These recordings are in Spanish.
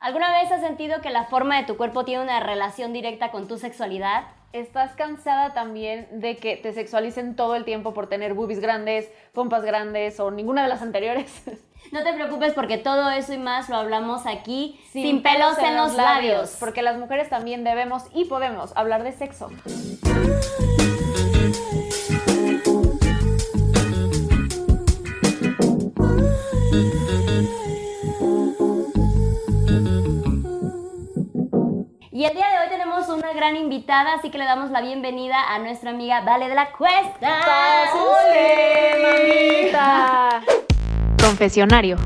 ¿Alguna vez has sentido que la forma de tu cuerpo tiene una relación directa con tu sexualidad? ¿Estás cansada también de que te sexualicen todo el tiempo por tener boobies grandes, pompas grandes o ninguna de las anteriores? No te preocupes porque todo eso y más lo hablamos aquí sin pelos en los labios. Porque las mujeres también debemos y podemos hablar de sexo. Y el día de hoy tenemos una gran invitada, así que le damos la bienvenida a nuestra amiga Vale de la Cuesta. ¡Pásale, mamita! Confesionario.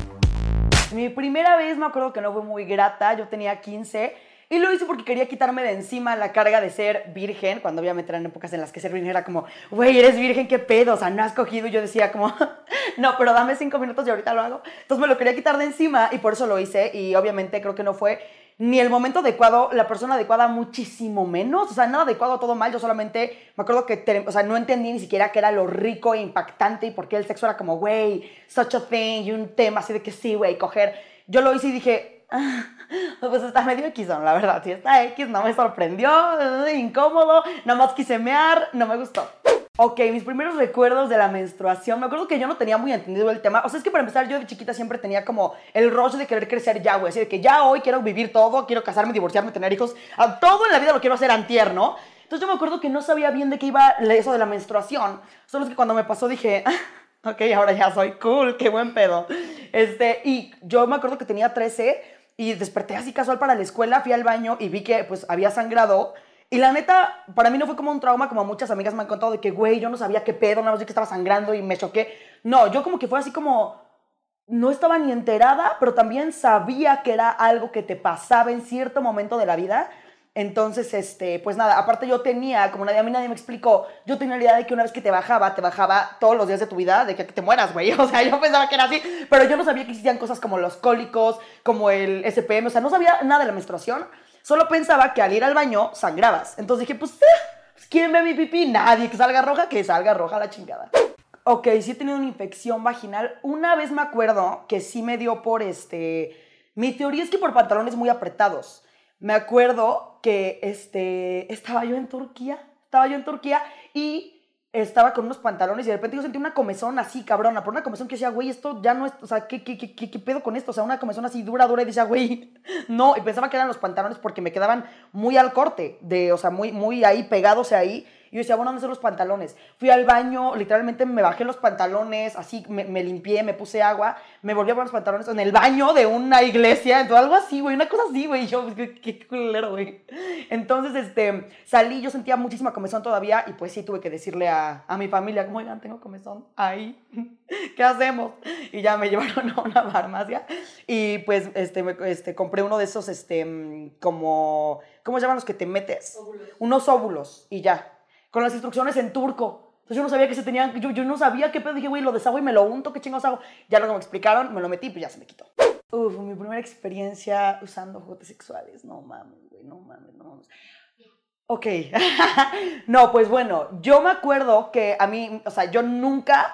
Mi primera vez me acuerdo que no fue muy grata, yo tenía 15 y lo hice porque quería quitarme de encima la carga de ser virgen, cuando obviamente eran épocas en las que ser virgen era como, güey, eres virgen, qué pedo, o sea, no has cogido, y yo decía como, no, pero dame 5 minutos y ahorita lo hago. Entonces me lo quería quitar de encima y por eso lo hice, y obviamente creo que no fue ni el momento adecuado, la persona adecuada muchísimo menos, o sea, nada adecuado, todo mal. Yo solamente me acuerdo que, o sea, no entendí ni siquiera qué era lo rico e impactante y por qué el sexo era como, güey, such a thing, y un tema así de que sí, güey, coger. Yo lo hice y dije, pues está medio X, la verdad, si está X, no me sorprendió, incómodo, nada más quise mear, no me gustó. Ok, mis primeros recuerdos de la menstruación. Me acuerdo que yo no tenía muy entendido el tema. O sea, es que para empezar, yo de chiquita siempre tenía como el rush de querer crecer ya, güey. Así de que ya hoy quiero vivir todo, quiero casarme, divorciarme, tener hijos. Todo en la vida lo quiero hacer antier, ¿no? Entonces yo me acuerdo que no sabía bien de qué iba eso de la menstruación. Solo es que cuando me pasó dije, ok, ahora ya soy cool, qué buen pedo. Y yo me acuerdo que tenía 13 y desperté así casual para la escuela, fui al baño y vi que pues había sangrado. Y la neta, para mí no fue como un trauma, como muchas amigas me han contado de que, güey, yo no sabía qué pedo, nada más vi que estaba sangrando y me choqué. No, yo como que fue así como, no estaba ni enterada, pero también sabía que era algo que te pasaba en cierto momento de la vida. Entonces, pues nada, aparte yo tenía, como a mí nadie me explicó, yo tenía la idea de que una vez que te bajaba todos los días de tu vida, de que te mueras, güey. O sea, yo pensaba que era así, pero yo no sabía que existían cosas como los cólicos, como el SPM, o sea, no sabía nada de la menstruación. Solo pensaba que al ir al baño sangrabas. Entonces dije, pues, ¿quién ve mi pipí? Nadie. Que salga roja la chingada. Ok, sí he tenido una infección vaginal. Una vez me acuerdo que sí me dio por Mi teoría es que por pantalones muy apretados. Me acuerdo que estaba yo en Turquía y estaba con unos pantalones y de repente yo sentí una comezón así, cabrona, por una comezón que decía, güey, esto ya no es, o sea, ¿qué pedo con esto? O sea, una comezón así dura y decía, güey, no, y pensaba que eran los pantalones porque me quedaban muy al corte, o sea, muy ahí, pegados ahí. Y yo decía, bueno, ¿dónde son los pantalones? Fui al baño, literalmente me bajé los pantalones, así me limpié, me puse agua, me volví a poner los pantalones en el baño de una iglesia, entonces algo así, güey, una cosa así, güey. Yo, qué culero, güey. Entonces, salí, yo sentía muchísima comezón todavía y pues sí tuve que decirle a mi familia, como, oigan, tengo comezón ahí, ¿qué hacemos? Y ya me llevaron a una farmacia y pues, compré uno de esos, como, ¿cómo se llaman los que te metes? Óvulos. Unos óvulos y ya. Con las instrucciones en turco. Entonces yo no sabía que se tenían, yo no sabía qué pedo. Dije, güey, lo deshago y me lo unto, qué chingados hago. Ya luego me explicaron, me lo metí, pues ya se me quitó. Mi primera experiencia usando juguetes sexuales. No mames, güey, no mames. Ok. No, pues bueno, yo me acuerdo que a mí, o sea, yo nunca,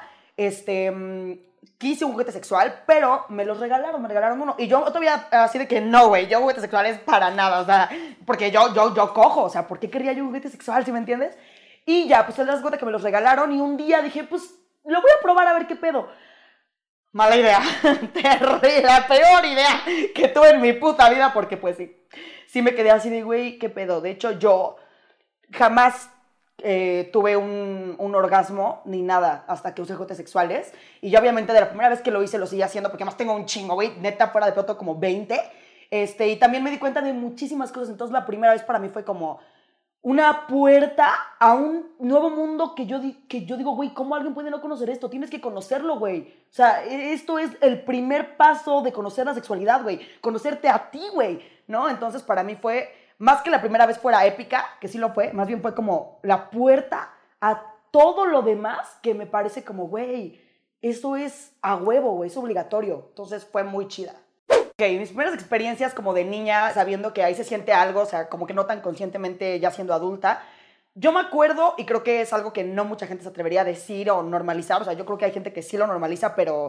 quise un juguete sexual, pero me regalaron uno. Y yo todavía así de que no, güey, yo juguetes sexuales para nada, o sea, porque yo cojo, o sea, ¿por qué querría yo un juguete sexual, si me entiendes? Y ya, pues se das cuenta que me los regalaron y un día dije, pues lo voy a probar a ver qué pedo. Mala idea, terrible, la peor idea que tuve en mi puta vida, porque pues sí me quedé así de, güey, qué pedo. De hecho, yo jamás tuve un orgasmo ni nada hasta que usé juguetes sexuales. Y yo obviamente de la primera vez que lo hice lo seguí haciendo porque además tengo un chingo, güey, neta fuera de pronto como 20. Y también me di cuenta de muchísimas cosas. Entonces la primera vez para mí fue como una puerta a un nuevo mundo que yo digo, güey, ¿cómo alguien puede no conocer esto? Tienes que conocerlo, güey. O sea, esto es el primer paso de conocer la sexualidad, güey. Conocerte a ti, güey, ¿no? Entonces, para mí fue, más que la primera vez fuera épica, que sí lo fue, más bien fue como la puerta a todo lo demás que me parece como, güey, eso es a huevo, güey, es obligatorio. Entonces, fue muy chida. Ok, mis primeras experiencias como de niña, sabiendo que ahí se siente algo, o sea, como que no tan conscientemente ya siendo adulta. Yo me acuerdo, y creo que es algo que no mucha gente se atrevería a decir o normalizar, o sea, yo creo que hay gente que sí lo normaliza, pero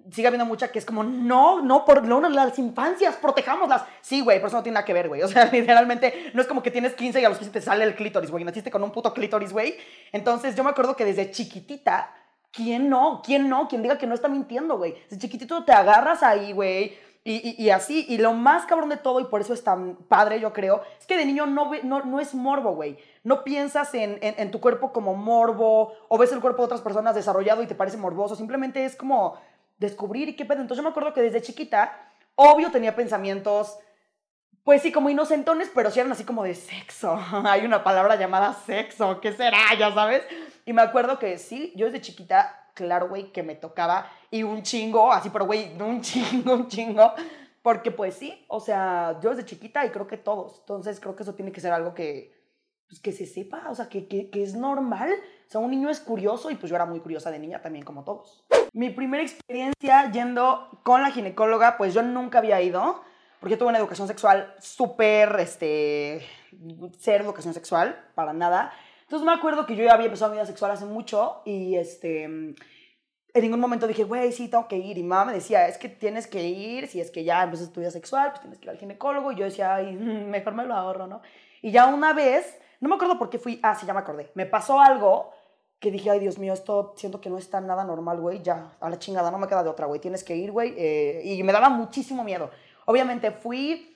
sigue habiendo mucha que es como, no, por las infancias, protejámoslas. Sí, güey, pero eso no tiene nada que ver, güey. O sea, literalmente, no es como que tienes 15 y a los 15 te sale el clítoris, güey. Naciste con un puto clítoris, güey. Entonces, yo me acuerdo que desde chiquitita, ¿quién no? ¿Quién diga que no está mintiendo, güey? Desde chiquitito te agarras ahí, güey. Y así, y lo más cabrón de todo, y por eso es tan padre, yo creo, es que de niño no es morbo, güey. No piensas en tu cuerpo como morbo, o ves el cuerpo de otras personas desarrollado y te parece morboso. Simplemente es como descubrir y qué pedo. Entonces yo me acuerdo que desde chiquita, obvio tenía pensamientos, pues sí, como inocentones, pero sí eran así como de sexo. Hay una palabra llamada sexo, ¿qué será? Ya sabes. Y me acuerdo que sí, yo desde chiquita, claro, güey, que me tocaba y un chingo, así, pero güey, un chingo, porque pues sí, o sea, yo desde chiquita y creo que todos, entonces creo que eso tiene que ser algo que, pues, que se sepa, o sea, que es normal, o sea, un niño es curioso y pues yo era muy curiosa de niña también como todos. Mi primera experiencia yendo con la ginecóloga, pues yo nunca había ido, porque yo tuve una educación sexual súper, cero educación sexual, para nada. Entonces me acuerdo que yo ya había empezado mi vida sexual hace mucho y en ningún momento dije, güey, sí, tengo que ir. Y mamá me decía, es que tienes que ir, si es que ya empiezas tu vida sexual, pues tienes que ir al ginecólogo. Y yo decía, ay, mejor me lo ahorro, ¿no? Y ya una vez, no me acuerdo por qué fui, sí, ya me acordé. Me pasó algo que dije, ay, Dios mío, esto siento que no está nada normal, güey, ya, a la chingada, no me queda de otra, güey, tienes que ir, güey. Y me daba muchísimo miedo. Obviamente fui...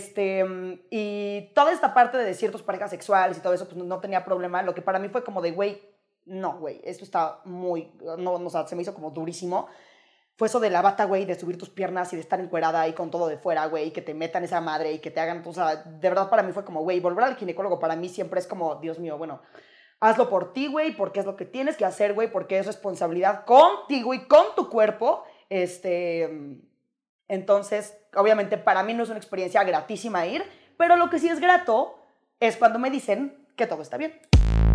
y toda esta parte de ciertas parejas sexuales y todo eso, pues no tenía problema. Lo que para mí fue como de, güey, no, güey, esto está muy, no, o sea, se me hizo como durísimo. Fue eso de la bata, güey, de subir tus piernas y de estar encuerada ahí con todo de fuera, güey, y que te metan esa madre y que te hagan, o sea, de verdad para mí fue como, güey, volver al ginecólogo para mí siempre es como, Dios mío, bueno, hazlo por ti, güey, porque es lo que tienes que hacer, güey, porque es responsabilidad contigo y con tu cuerpo, Entonces, obviamente, para mí no es una experiencia gratísima ir, pero lo que sí es grato es cuando me dicen que todo está bien.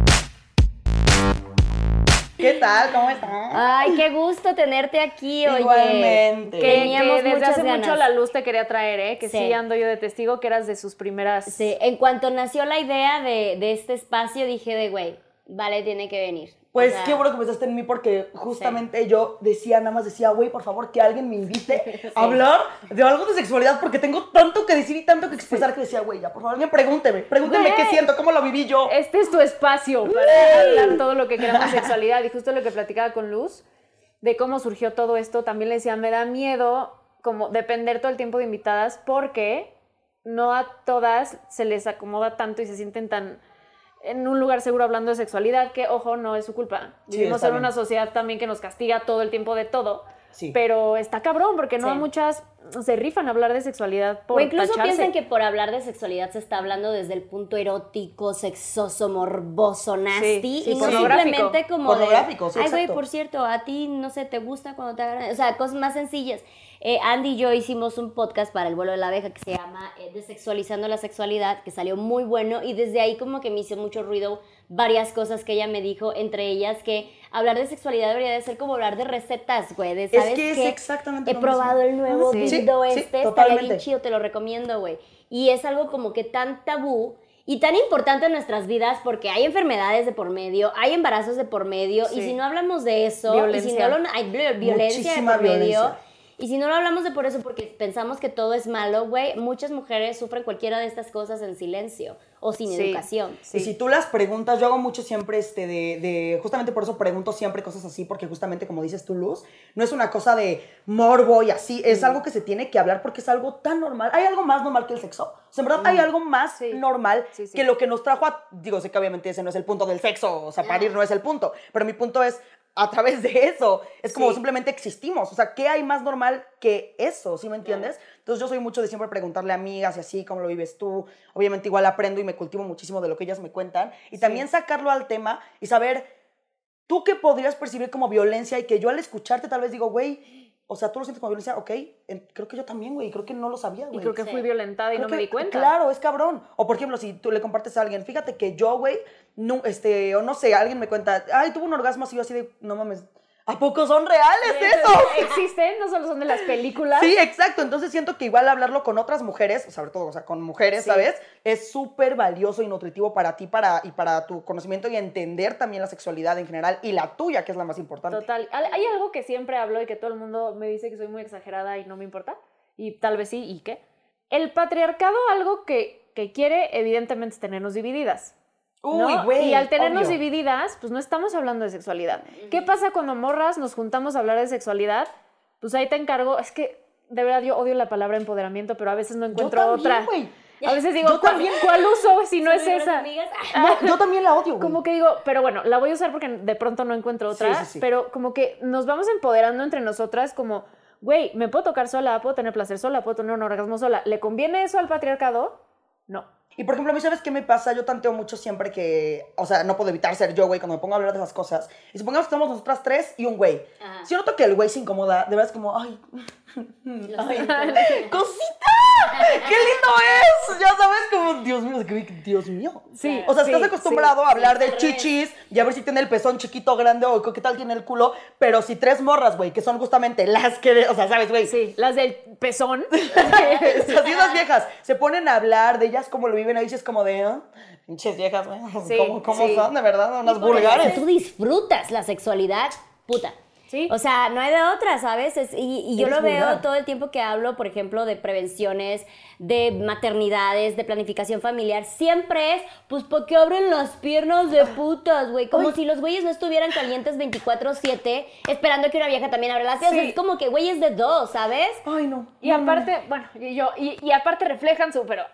¿Qué tal? ¿Cómo estás? Ay, qué gusto tenerte aquí, oye. Igualmente. Que desde muchas hace ganas. mucho la luz te quería traer, ¿eh? Que Sí. sí ando yo de testigo, que eras de sus primeras... Sí, en cuanto nació la idea de este espacio, dije de, güey, Vale tiene que venir. Pues O sea, qué bueno que pensaste en mí porque justamente yo nada más decía, güey, por favor, que alguien me invite a hablar de algo de sexualidad porque tengo tanto que decir y tanto que expresar que decía, güey, ya, por favor, alguien pregúnteme Güey. qué siento, cómo lo viví yo. Este es tu espacio para hablar todo lo que queramos de sexualidad. Y justo lo que platicaba con Luz, de cómo surgió todo esto, también le decía, me da miedo como depender todo el tiempo de invitadas porque no a todas se les acomoda tanto y se sienten tan en un lugar seguro hablando de sexualidad, que, ojo, no es su culpa. Sí, Vivimos está en bien. una sociedad también que nos castiga todo el tiempo de todo. Sí. Pero está cabrón, porque no Sí. muchas se rifan a hablar de sexualidad por O incluso tacharse. piensan que por hablar de sexualidad se está hablando desde el punto erótico, sexoso, morboso, nasty. Sí, sí, y no pornográfico. simplemente como Pornográfico, sí, ay, güey, exacto. por cierto, a ti, no sé, te gusta cuando te hagan... O sea, cosas más sencillas. Andy y yo hicimos un podcast para El vuelo de la abeja que se llama Desexualizando la sexualidad, que salió muy bueno y desde ahí como que me hizo mucho ruido varias cosas que ella me dijo, entre ellas que hablar de sexualidad debería de ser como hablar de recetas, güey, de, ¿sabes que es qué? exactamente He lo probado mismo. el nuevo Sí. dildo Sí, estaría totalmente. bien chido, te lo recomiendo, güey. Y es algo como que tan tabú y tan importante en nuestras vidas porque hay enfermedades de por medio, hay embarazos de por medio, Sí. y si no hablamos de eso, Violencia. y si no lo, hay violencia de Muchísima por medio, violencia. y si no lo hablamos de por eso porque pensamos que todo es malo, güey, muchas mujeres sufren cualquiera de estas cosas en silencio o sin Sí. educación. Y si tú las preguntas, yo hago mucho siempre justamente por eso pregunto siempre cosas así, porque justamente como dices tú, Luz, no es una cosa de morbo y así, es algo que se tiene que hablar porque es algo tan normal. ¿Hay algo más normal que el sexo? O sea, en verdad, hay algo más Sí. normal Sí, sí. que lo que nos trajo digo, sé que obviamente ese no es el punto del sexo, o sea, parir no es el punto, pero mi punto es, a través de eso, es como Sí. simplemente existimos, o sea, ¿qué hay más normal que eso? ¿Sí me entiendes? Entonces yo soy mucho de siempre preguntarle a amigas y así, ¿cómo lo vives tú? Obviamente igual aprendo y me cultivo muchísimo de lo que ellas me cuentan y también sacarlo al tema y saber tú qué podrías percibir como violencia y que yo al escucharte tal vez digo, güey, o sea, tú lo sientes como violencia, ok, creo que yo también, güey, creo que no lo sabía, Y güey. creo que Sí. fui violentada y Creo no me que, di cuenta. Claro, es cabrón. O por ejemplo, si tú le compartes a alguien, fíjate que yo, güey, no, o no sé, alguien me cuenta, ay, tuve un orgasmo así, yo así de, no mames. ¿A poco son reales eso? Existen, no solo son de las películas. Sí, exacto. Entonces siento que igual hablarlo con otras mujeres, sobre todo, o sea, con mujeres, Sí. ¿sabes? Es súper valioso y nutritivo para ti y para tu conocimiento y entender también la sexualidad en general y la tuya, que es la más importante. Total. Hay algo que siempre hablo y que todo el mundo me dice que soy muy exagerada y no me importa. Y tal vez sí, ¿y qué? El patriarcado, algo que quiere, evidentemente, es tenernos divididas. ¿no? Uy, güey. Y al tenernos obvio. divididas, pues no estamos hablando de sexualidad. ¿Qué pasa cuando morras nos juntamos a hablar de sexualidad? Pues ahí te encargo, es que de verdad yo odio la palabra empoderamiento, pero a veces no encuentro Yo también, otra. güey. A veces digo, Yo también. ¿cuál uso si no ¿Son es mejores esa? amigas? No, yo también la odio, güey. Como que digo, pero bueno, la voy a usar porque de pronto no encuentro otra, Sí, sí, sí. pero como que nos vamos empoderando entre nosotras como, güey, me puedo tocar sola, puedo tener placer sola, puedo tener un orgasmo sola. ¿Le conviene eso al patriarcado? No. Y por ejemplo, a mí, ¿sabes qué me pasa? Yo tanteo mucho siempre que, o sea, no puedo evitar ser yo, güey, cuando me pongo a hablar de esas cosas. Y supongamos que estamos nosotras tres y un güey. Ajá. Si yo noto que el güey se incomoda, de verdad es como, ay, ¡cosita! ¡Qué lindo es! Ya sabes, como, Dios mío, Dios mío. Sí. O sea, sí, estás acostumbrado a hablar sí, de al chichis y a ver si tiene el pezón chiquito, grande o qué tal tiene el culo. Pero si tres morras, güey, que son justamente las que, o sea, ¿sabes, güey? Sí, las del pezón. O sea, si esas viejas se ponen a hablar de ellas como lo viven ahí, es como de, ¿ah? Pinches viejas, güey. Sí, ¿Cómo sí. son, de verdad? Unas Y por eso, vulgares. si tú disfrutas la sexualidad, puta. Sí. O sea, no hay de otra, ¿sabes? Y yo Eres lo veo vulgar. todo el tiempo que hablo, por ejemplo, de prevenciones, de maternidades, de planificación familiar. Siempre es, pues, ¿por qué abren las piernas de putas, güey? Como si los güeyes no estuvieran calientes 24/7 esperando que una vieja también abra las piernas. Sí. Es como que güeyes de dos, ¿sabes? Ay, no. Y aparte, bueno, y aparte reflejan su, pero...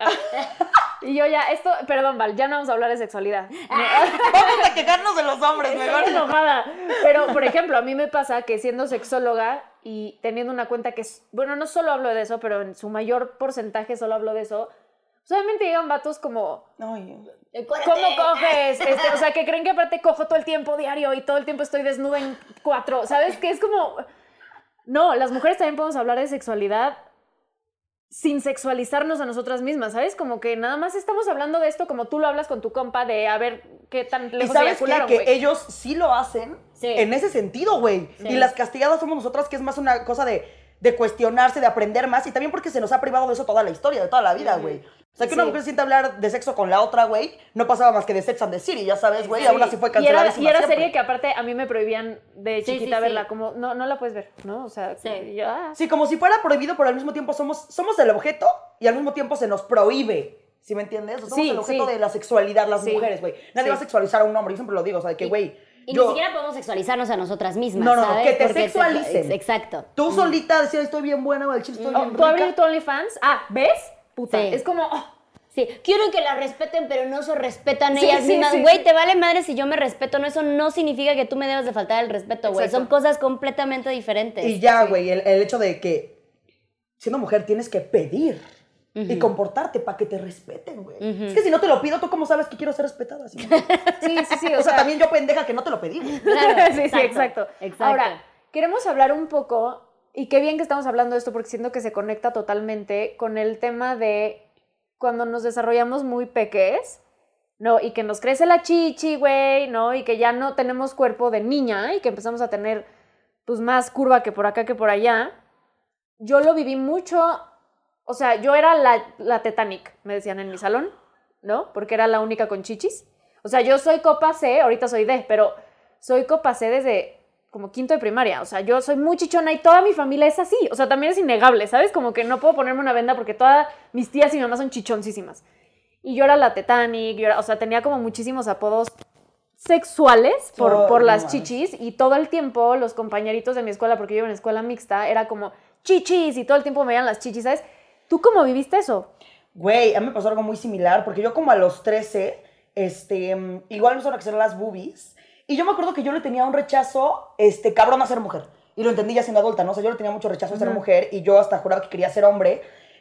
y yo ya, esto, perdón, Val, ya no vamos a hablar de sexualidad. Vamos a quejarnos de los hombres, mejor. Estoy enojada. Pero, por ejemplo, a mí me pasa que siendo sexóloga y teniendo una cuenta que es, bueno, no solo hablo de eso, pero en su mayor porcentaje solo hablo de eso, pues obviamente llegan vatos como, Ay, ¿cómo coges? O sea, que creen que aparte cojo todo el tiempo diario y todo el tiempo estoy desnuda en 4, ¿sabes? Que es como... No, las mujeres también podemos hablar de sexualidad sin sexualizarnos a nosotras mismas, ¿sabes? Como que nada más estamos hablando de esto como tú lo hablas con tu compa de a ver qué tan y lejos sabes eyacularon, que güey. ellos sí lo hacen Sí. en ese sentido, güey. Sí. Y las castigadas somos nosotras, que es más una cosa de cuestionarse, de aprender más. Y también porque se nos ha privado de eso toda la historia, de toda la vida, güey. O sea, que una Sí. mujer siente hablar de sexo con la otra, güey, no pasaba más que de Sex and the City, ya sabes, güey. Sí. Y aún así fue Y era canceladísima siempre. serie que aparte a mí me prohibían de Sí, chiquita sí, verla, sí. como no la puedes ver, ¿no? O sea, Sí. y yo, Sí, como si fuera prohibido, pero al mismo tiempo somos el objeto y al mismo tiempo se nos prohíbe. ¿Sí me entiendes? O sea, somos Sí, el objeto sí. de la sexualidad, las Sí. mujeres, güey. Nadie Sí. va a sexualizar a un hombre, yo siempre lo digo, o sea, de que, güey, Y yo... ni siquiera podemos sexualizarnos a nosotras mismas, No, no, no, ¿sabes? que te Porque sexualicen. Exacto. Tú solita decías, estoy bien buena, güey, el chile estoy Oh, bien tú abrir rica. tu OnlyFans, ¿ves? Puta, Sí. es como, oh, Sí, quieren que la respeten, pero no se respetan Sí, ellas sí, mismas. sí, Güey, sí. te vale madre si yo me respeto, no, eso no significa que tú me debas de faltar el respeto, güey. Exacto. Son cosas completamente diferentes. Y ya, güey, el hecho de que siendo mujer tienes que pedir y comportarte para que te respeten, güey. Es que si no te lo pido, ¿tú cómo sabes que quiero ser respetada? ¿Sí? sí, O sea, también yo pendeja que no te lo pedí, güey. Claro, sí, exacto. exacto. Ahora, queremos hablar un poco, y qué bien que estamos hablando de esto porque siento que se conecta totalmente con el tema de cuando nos desarrollamos muy peques, ¿no? Y que nos crece la chichi, güey, ¿no? Y que ya no tenemos cuerpo de niña y que empezamos a tener, pues, más curva que por acá que por allá. Yo lo viví mucho, o sea, yo era la Titanic, me decían en mi salón, ¿no? Porque era la única con chichis. O sea, yo soy copa C, ahorita soy D, pero soy copa C desde como quinto de primaria. O sea, yo soy muy chichona y toda mi familia es así. O sea, también es innegable, ¿sabes? Como que no puedo ponerme una venda porque todas mis tías y mi mamá son chichoncísimas. Y yo era la Titanic, o sea, tenía como muchísimos apodos sexuales Oh, por no las mames. chichis y todo el tiempo los compañeritos de mi escuela, porque yo iba en escuela mixta, era como chichis y todo el tiempo me veían las chichis, ¿sabes? ¿Tú cómo viviste eso? Güey, a mí me pasó algo muy similar, porque yo como a los 13, igual me empezaron a crecer las boobies, y yo me acuerdo que yo le tenía un rechazo, cabrón a ser mujer, y lo entendí ya siendo adulta, ¿no? O sea, yo le tenía mucho rechazo a ser mujer, y yo hasta juraba que quería ser hombre,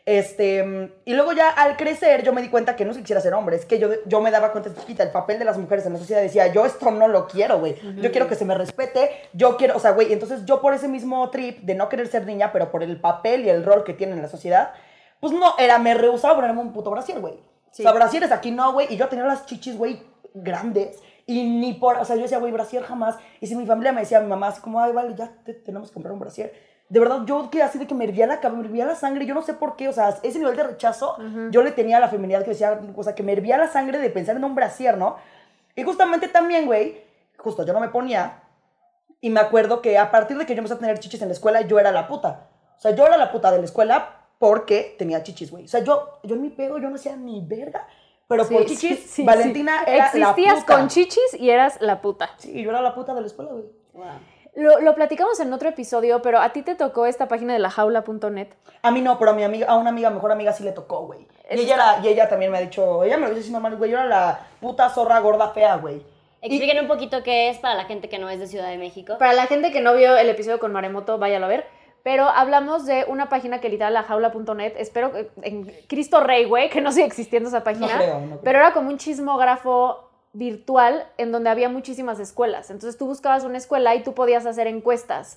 y luego ya al crecer yo me di cuenta que no es que quisiera ser hombre, es que yo me daba cuenta, chiquita, el papel de las mujeres en la sociedad, decía, yo esto no lo quiero, güey, yo quiero que se me respete, yo quiero, o sea, güey, entonces yo por ese mismo trip de no querer ser niña, pero por el papel y el rol que tiene en la sociedad, pues no, me rehusaba ponerme un puto brasier, güey. Sí. O sea, brasieres aquí no, güey, y yo tenía las chichis, güey, grandes. Y ni por, o sea, yo decía, güey, brasier jamás. Y si mi familia me decía, mi mamá así como, ay, vale, ya tenemos que comprar un brasier. De verdad, yo quedé así de que me hervía la sangre, yo no sé por qué, o sea, ese nivel de rechazo, yo le tenía a la feminidad que decía, o sea, que me hervía la sangre de pensar en un brasier, ¿no? Y justamente también, güey, justo yo no me ponía, y me acuerdo que a partir de que yo empecé a tener chichis en la escuela, yo era la puta. O sea, yo era la puta de la escuela porque tenía chichis, güey. O sea, yo en mi pedo, yo no hacía ni verga. Pero por chichis, Valentina era la puta. Existías con chichis y eras la puta. Sí, yo era la puta de la escuela, güey. Wow. Lo platicamos en otro episodio, pero a ti te tocó esta página de lajaula.net. A mí no, pero a mi amiga, a una amiga, mejor amiga, sí le tocó, güey. Y ella también me ha dicho, ella me lo dice así normal, güey, yo era la puta zorra gorda fea, güey. Expliquen un poquito qué es para la gente que no es de Ciudad de México. Para la gente que no vio el episodio con Maremoto, váyalo a ver. Pero hablamos de una página que literal, lajaula.net, espero en Cristo Rey, güey, que no sigue existiendo esa página. No creo. Pero era como un chismógrafo virtual en donde había muchísimas escuelas. Entonces tú buscabas una escuela y tú podías hacer encuestas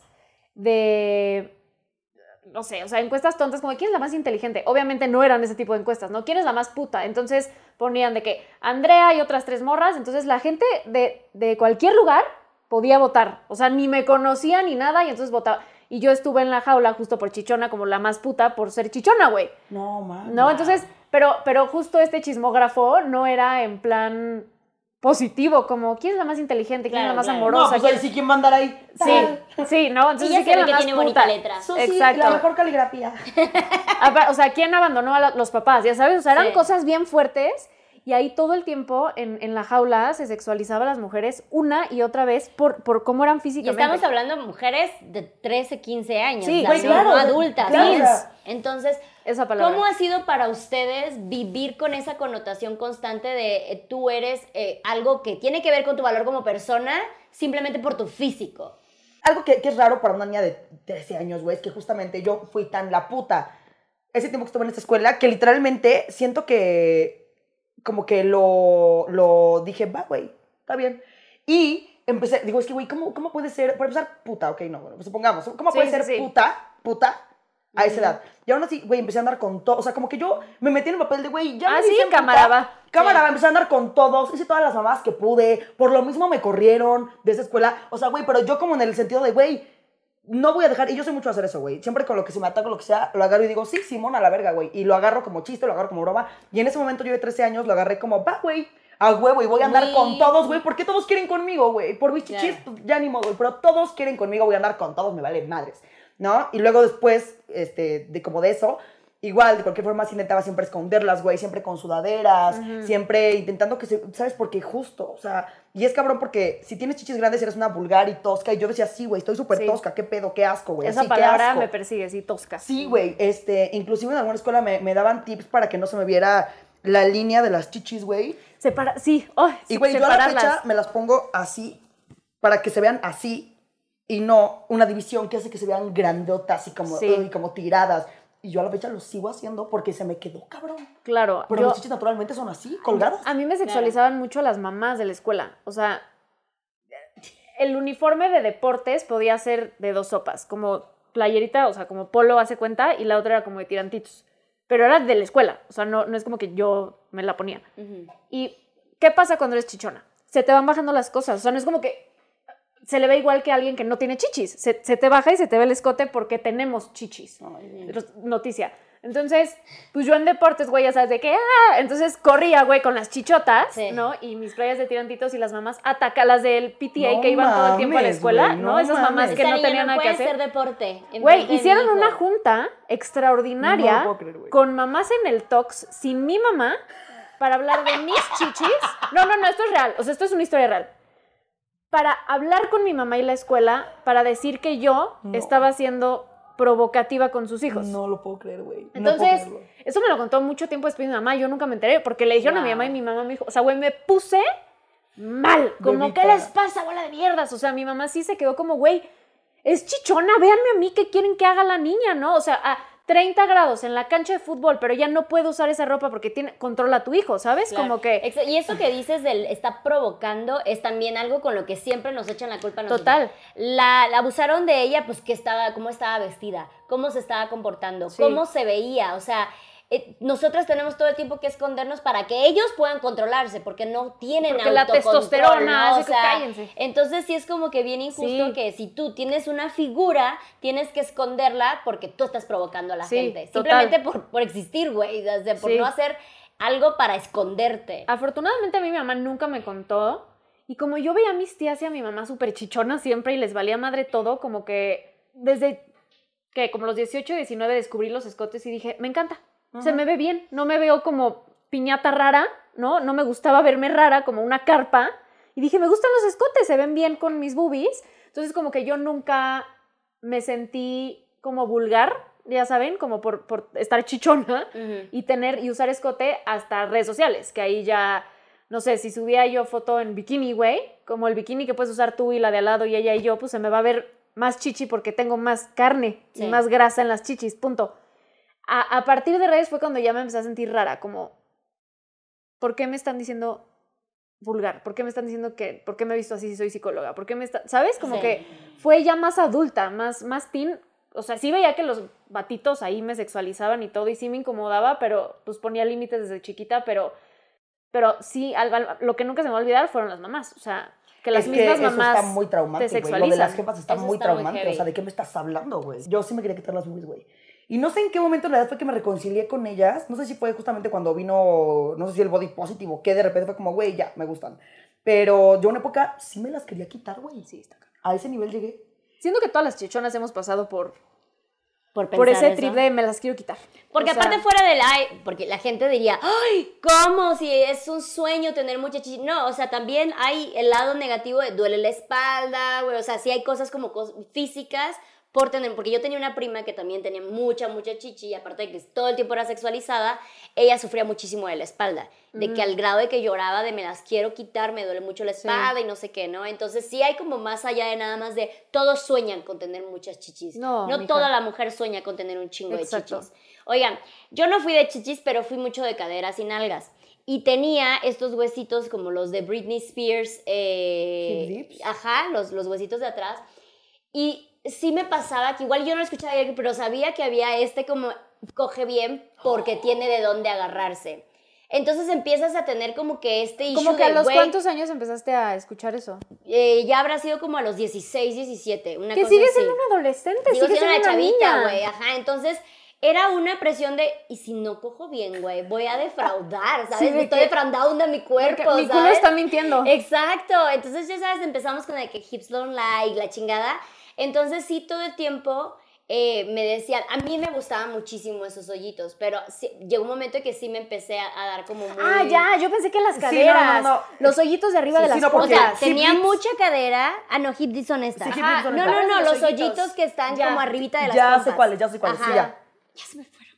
de, no sé, o sea, encuestas tontas como ¿quién es la más inteligente? Obviamente no eran ese tipo de encuestas, ¿no? ¿Quién es la más puta? Entonces ponían de que Andrea y otras 3 morras, entonces la gente de cualquier lugar podía votar. O sea, ni me conocía ni nada y entonces votaba. Y yo estuve en la jaula justo por chichona, como la más puta por ser chichona, güey. No, man. No, entonces, pero justo este chismógrafo no era en plan positivo, como ¿quién es la más inteligente? ¿Quién es la más amorosa? No, pues ahí sí, ¿quién va a andar ahí? Sí, ¿no? Entonces, Y ya sí, se ve ¿quién es que la tiene más bonita puta? letra. Eso sí, Exacto. la mejor caligrafía. O sea, ¿quién abandonó a los papás? Ya sabes, o sea, eran Sí. cosas bien fuertes. Y ahí todo el tiempo en la jaula se sexualizaba a las mujeres una y otra vez por cómo eran Y físicamente. estamos hablando de mujeres de 13, 15 años, Sí, o sea, güey, no, claro, no adultas. claro. ¿Sabes? Entonces, Esa palabra. ¿cómo ha sido para ustedes vivir con esa connotación constante de tú eres algo que tiene que ver con tu valor como persona simplemente por tu físico? Algo que es raro para una niña de 13 años, güey, es que justamente yo fui tan la puta ese tiempo que estuve en esta escuela que literalmente siento que como que lo dije, va, güey, está bien. Y empecé, digo, es que, güey, ¿cómo puede ser, para empezar, puta? Ok, no, bueno, pues supongamos, ¿cómo puede ser puta a esa edad? Y aún así, güey, empecé a andar con todo, o sea, como que yo me metí en el papel de, güey, ya me dicen puta. Camaraba, empecé a andar con todos, hice todas las mamás que pude, por lo mismo me corrieron de esa escuela, o sea, güey, pero yo como en el sentido de, güey, no voy a dejar, y yo soy mucho a hacer eso, güey. Siempre con lo que se me ataca, lo que sea, lo agarro y digo, sí, Simón, a la verga, güey. Y lo agarro como chiste, lo agarro como broma. Y en ese momento yo de 13 años lo agarré como, va, güey, a huevo, y voy a andar con todos, güey. ¿Por qué todos quieren conmigo, güey? Por mis chichis, pues ya ni modo, güey. Pero todos quieren conmigo, voy a andar con todos, me vale madres, ¿no? Y luego después, de eso, igual, de cualquier forma, sí intentaba siempre esconderlas, güey, siempre con sudaderas, siempre intentando que se, ¿sabes? Porque justo, o sea, y es cabrón porque si tienes chichis grandes eres una vulgar y tosca, y yo decía, sí, güey, estoy súper tosca, qué pedo, qué asco, güey. Esa así, palabra qué asco. me persigue, sí, tosca. Sí, güey, inclusive en alguna escuela me daban tips para que no se me viera la línea de las chichis, güey. Sí, oh, Y, güey, yo a la fecha me las pongo así, para que se vean así, y no una división que hace que se vean grandotas y como, y como tiradas. Y yo a la fecha lo sigo haciendo porque se me quedó cabrón. Claro. Pero mis chichis naturalmente son así, colgadas. A mí me sexualizaban mucho las mamás de la escuela. O sea, el uniforme de deportes podía ser de 2 sopas. Como playerita, o sea, como polo hace cuenta, y la otra era como de tirantitos. Pero era de la escuela. O sea, no es como que yo me la ponía. ¿Y qué pasa cuando eres chichona? Se te van bajando las cosas. O sea, no es como que se le ve igual que a alguien que no tiene chichis. Se te baja y se te ve el escote porque tenemos chichis. Noticia. Entonces, pues yo en deportes, güey, ya sabes de qué. Entonces corría, güey, con las chichotas, ¿no? Y mis playas de tirantitos y las mamás las del PTA que iban todo el tiempo a la escuela, güey, ¿no? Esas mamás que no tenían nada que hacer. Hacer deporte. Güey, hicieron una junta extraordinaria No lo puedo creer, güey. con mamás en el Tox sin mi mamá para hablar de mis chichis. No, esto es real. O sea, esto es una historia real. Para hablar con mi mamá y la escuela, para decir que yo estaba siendo provocativa con sus hijos. No lo puedo creer, güey. Entonces, eso me lo contó mucho tiempo después mi mamá. Yo nunca me enteré porque le dijeron a mi mamá y mi mamá me dijo, o sea, güey, me puse mal. Como, Bebita. ¿qué les pasa, bola de mierdas? O sea, mi mamá sí se quedó como, güey, es chichona, véanme a mí, ¿qué quieren que haga la niña, no? O sea, a 30 grados en la cancha de fútbol, pero ya no puede usar esa ropa porque controla a tu hijo, ¿sabes? Claro. Como que... Y eso que dices del está provocando es también algo con lo que siempre nos echan la culpa a nosotros. Total. La abusaron de ella, pues cómo estaba vestida, cómo se estaba comportando, cómo se veía, o sea, nosotras tenemos todo el tiempo que escondernos para que ellos puedan controlarse, porque no tienen Porque la autocontrol, testosterona ¿no? hace que cállense. Entonces sí es como que bien injusto que si tú tienes una figura, tienes que esconderla porque tú estás provocando a la gente. Total. Simplemente por existir, güey, o sea, por no hacer algo para esconderte. Afortunadamente a mí mi mamá nunca me contó, y como yo veía a mis tías y a mi mamá súper chichonas siempre y les valía madre todo, como que desde que como los 18, 19 descubrí los escotes y dije, me encanta, se me ve bien, no me veo como piñata rara, ¿no? No me gustaba verme rara como una carpa, y dije, me gustan los escotes, se ven bien con mis boobies, entonces como que yo nunca me sentí como vulgar, ya saben, como por estar chichona y usar escote hasta redes sociales, que ahí ya, no sé, si subía yo foto en bikini, güey, como el bikini que puedes usar tú y la de al lado y ella y yo, pues se me va a ver más chichi porque tengo más carne y más grasa en las chichis, punto. A partir de redes fue cuando ya me empecé a sentir rara, como, ¿por qué me están diciendo vulgar? ¿Por qué me están diciendo por qué me he visto así si soy psicóloga? ¿Por qué ¿sabes? Como que fue ya más adulta, más teen. O sea, sí veía que los batitos ahí me sexualizaban y todo, y sí me incomodaba, pero pues ponía límites desde chiquita, pero sí, lo que nunca se me va a olvidar fueron las mamás. O sea, que las mismas mamás está muy traumático, te sexualizan. Lo de las jefas está Eso muy está muy traumante. heavy. O sea, ¿de qué me estás hablando, güey? Yo sí me quería quitar las boobies, güey. Y no sé en qué momento en la edad fue que me reconcilié con ellas. No sé si fue justamente cuando vino, no sé si el body positive o qué, de repente fue como, güey, ya, me gustan. Pero yo en una época sí me las quería quitar, güey. Sí, está acá. A ese nivel llegué. Siento que todas las chichonas hemos pasado por Por ese eso. trip de me las quiero quitar. Porque O sea, aparte fuera del porque la gente diría, ¡ay! ¿Cómo? Si es un sueño tener mucha chichi. No, o sea, también hay el lado negativo de duele la espalda, güey. O sea, sí hay cosas como físicas por tener, porque yo tenía una prima que también tenía mucha chichi, y aparte de que todo el tiempo era sexualizada, ella sufría muchísimo de la espalda, de que al grado de que lloraba de me las quiero quitar, me duele mucho la espalda y no sé qué, ¿no? Entonces sí hay como más allá de nada más de todos sueñan con tener muchas chichis. No mija. toda la mujer sueña con tener un chingo Exacto. de chichis. Oigan, yo no fui de chichis, pero fui mucho de caderas y nalgas. Y tenía estos huesitos como los de Britney Spears. Hip dips. Ajá, los huesitos de atrás. Y sí me pasaba que igual yo no lo escuchaba bien, pero sabía que había como coge bien porque tiene de dónde agarrarse. Entonces empiezas a tener como que issue como que a de, los güey, cuántos años empezaste a escuchar eso. ya habrá sido como a los 16, 17, una Que cosa sigue así. siendo un adolescente, Sigo sigue siendo una siendo chavita, niña. güey, ajá, entonces era una presión de, y si no cojo bien, güey, voy a defraudar, ¿sabes? Sí, de Estoy que- defraudando mi cuerpo, Porque mi culo ¿sabes? está mintiendo. Exacto, entonces ya sabes, empezamos con de que hips don't lie, la chingada, entonces sí, todo el tiempo me decían, a mí me gustaban muchísimo esos hoyitos, pero sí, llegó un momento que sí me empecé a dar como muy... Ah, ya, yo pensé que las Sí, caderas, no. los hoyitos de arriba Sí, de las sí, no, porque- O sea, puntas. tenía hip dips. mucha cadera. Ah, no, hip dips son estas. Sí, hip Ajá, dips son no, estas. no, no, Los los hoyitos. hoyitos que están Ya. como arribita de las Ya pompas. sé cuáles, sí, Ajá. ya. Ya se me fueron.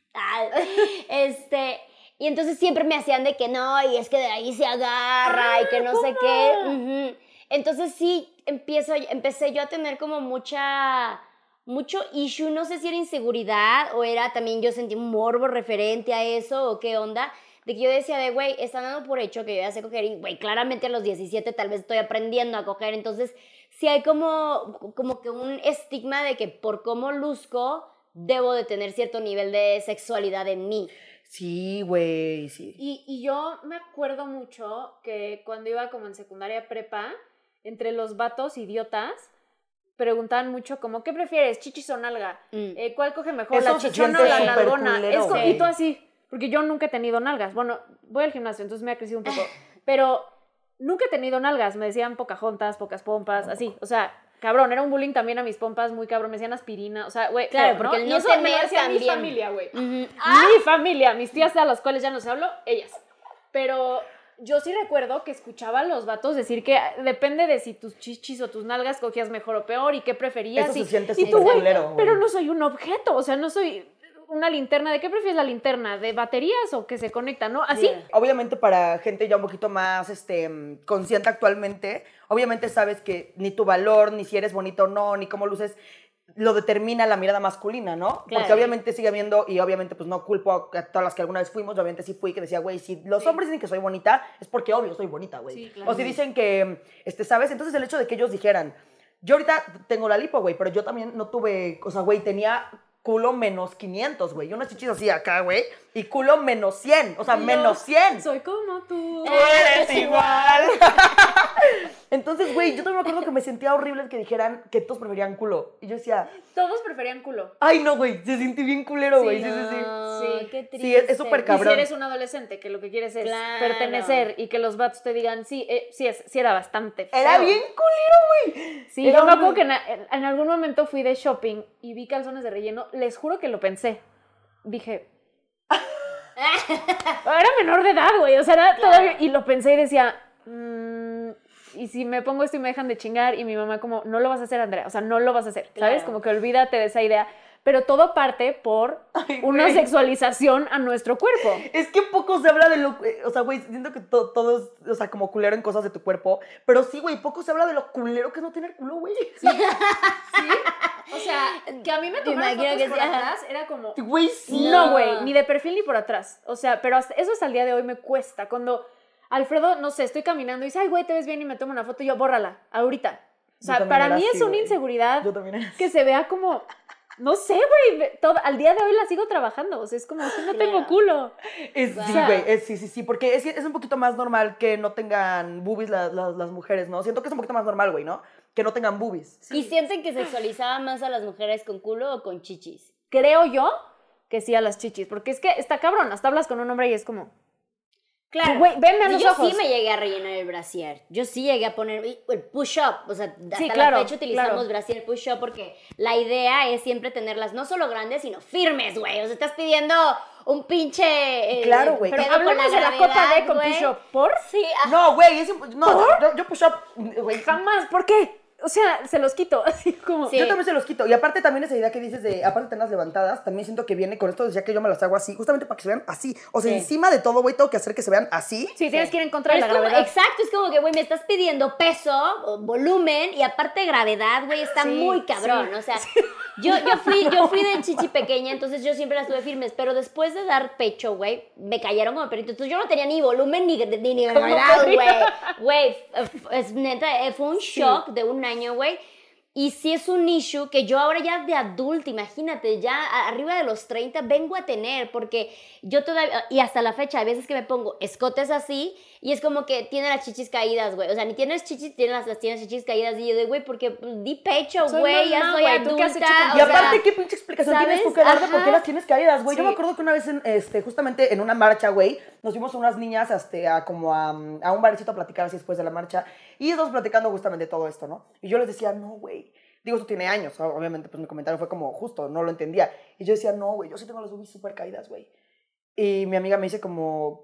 Y entonces siempre me hacían de que no, y es que de ahí se agarra, y que no sé qué. Ujú. Entonces sí, empecé yo a tener como mucho issue, no sé si era inseguridad o era también yo sentí un morbo referente a eso o qué onda, de que yo decía de, güey, están dando por hecho que yo ya sé coger y, güey, claramente a los 17 tal vez estoy aprendiendo a coger, entonces sí hay como que un estigma de que por cómo luzco debo de tener cierto nivel de sexualidad en mí. Sí, güey, sí. Y yo me acuerdo mucho que cuando iba como en secundaria prepa, entre los vatos idiotas, preguntaban mucho como, ¿qué prefieres, chichis o nalga? ¿Cuál coge mejor, Eso la se chichona o siente la súper nalgona? culero, Es güey. y tú así, porque yo nunca he tenido nalgas. Bueno, voy al gimnasio, entonces me ha crecido un poco, pero nunca he tenido nalgas. Me decían pocas pompas, así, o sea... Cabrón, era un bullying también a mis pompas, muy cabrón. Me decían aspirina, o sea, güey. Claro, feo, porque ¿no? el Y no eso me tener lo decía mi también. familia, güey. Ujú. Mi familia, mis tías a las cuales ya no se hablo, ellas. Pero yo sí recuerdo que escuchaba a los vatos decir que depende de si tus chichis o tus nalgas cogías mejor o peor y qué preferías. Eso y, se siente y tú, súper güey, culero, güey. pero no soy un objeto, o sea, no soy una linterna. ¿De qué prefieres la linterna? ¿De baterías o que se conecta, no? Así. Obviamente para gente ya un poquito más consciente actualmente, obviamente sabes que ni tu valor, ni si eres bonito o no, ni cómo luces, lo determina la mirada masculina, ¿no? Claro. Porque obviamente sigue habiendo, y obviamente pues no culpo a todas las que alguna vez fuimos, obviamente sí fui, que decía, güey, si los hombres dicen que soy bonita, es porque obvio soy bonita, güey. Sí, claro. O si dicen que, ¿sabes? Entonces el hecho de que ellos dijeran, yo ahorita tengo la lipo, güey, pero yo también no tuve, o sea, güey, tenía culo menos 500, güey. Y unas chichis así acá, güey, y culo menos 100, o sea, menos 100. Soy como tú. Tú eres igual. Entonces, güey, yo también me acuerdo que me sentía horrible que dijeran que todos preferían culo. Y yo decía, Todos preferían culo. ay, no, güey, se siente bien culero, güey. Sí, No, Sí. qué triste. Sí, es súper Y cabrón. si eres un adolescente que lo que quieres es Claro. pertenecer y que los vatos te digan, sí, sí era bastante feo. Era bien culero, güey. Sí, Era yo me acuerdo que horrible. en algún momento fui de shopping y vi calzones de relleno. Les juro que lo pensé. Dije... Era menor de edad, güey. O sea, era todavía... Y lo pensé y decía... y si me pongo esto y me dejan de chingar, y mi mamá como, no lo vas a hacer, Andrea, o sea, no lo vas a hacer, ¿sabes? Claro. Como que olvídate de esa idea, pero todo parte por Ay, una güey. sexualización a nuestro cuerpo. Es que poco se habla de lo... O sea, güey, siento que todo es, o sea, como culero en cosas de tu cuerpo. Pero sí, güey, poco se habla de lo culero que es no tener culo, güey. O sea, que a mí me tomaran imagino fotos que por sí, ajá. atrás era como... Güey, sí. No, güey, ni de perfil ni por atrás. O sea, pero eso hasta el día de hoy me cuesta. Cuando Alfredo, no sé, estoy caminando y dice, ay, güey, te ves bien y me tomo una foto y yo, bórrala, ahorita. O sea, Yo también para era mí así, es una güey. inseguridad Yo también era así. que se vea como... No sé, güey, al día de hoy la sigo trabajando. O sea, es como que no tengo Claro. culo. Sí, güey, sí, porque es un poquito más normal que no tengan boobies las mujeres, ¿no? Siento que es un poquito más normal, güey, ¿no? Que no tengan boobies. ¿Y sienten que sexualizaba más a las mujeres con culo o con chichis? Creo yo que sí a las chichis, porque es que está cabrón. Hasta hablas con un hombre y es como... Claro. Güey, venme a los yo ojos. sí me llegué a rellenar el brasier. Yo sí llegué a poner el push-up. O sea, hasta Sí, la claro, fecha utilizamos claro. brasier push-up porque la idea es siempre tenerlas no solo grandes, sino firmes, güey. O sea, estás pidiendo un pinche... Claro, güey. Pero pedo con hablemos de la gravedad, copa D con güey. push-up. ¿Por? Sí, No, güey, no, yo push up, güey. Jamás. ¿Por qué? O sea, se los quito. Así como... Sí. Yo también se los quito. Y aparte también esa idea que dices de, aparte de tenerlas levantadas, también siento que viene con esto, decía que yo me las hago así, justamente para que se vean así. O sea, Sí. encima de todo, güey, tengo que hacer que se vean así. Sí, tienes que ir en contra de Pero la es como, gravedad. exacto, es como que, güey, me estás pidiendo peso, o volumen, y aparte gravedad, güey, está Sí, muy cabrón. sí. O sea, yo fui de chichi pequeña, entonces yo siempre las tuve firmes, pero después de dar pecho, güey, me cayeron como perrito. Entonces yo no tenía ni volumen ni gravedad, perrito. güey. Güey, es neta, fue un shock de un año, güey. Y sí es un issue que yo ahora ya de adulta, imagínate, ya arriba de los 30 vengo a tener, porque yo todavía, y hasta la fecha, hay veces que me pongo escotes así, y es como que tiene las chichis caídas, güey. O sea, ni tienes chichis, tienes las chichis caídas, y yo de, güey, porque pues, di pecho, Soy güey, ya mamá, soy güey, ¿tú qué has adulta. hecho con- Y o sea, aparte, ¿qué pinche explicación ¿sabes? tienes tú que dar de por qué Ajá. las tienes caídas, güey? Yo me Sí. acuerdo que una vez, justamente en una marcha, güey, nos fuimos unas niñas a un barecito a platicar así después de la marcha, y estamos platicando justamente todo esto, ¿no? Y yo les decía, no, güey. Digo, esto tiene años, obviamente, pues mi comentario fue como justo, no lo entendía. Y yo decía, no, güey, yo sí tengo las boobies súper caídas, güey. Y mi amiga me dice como...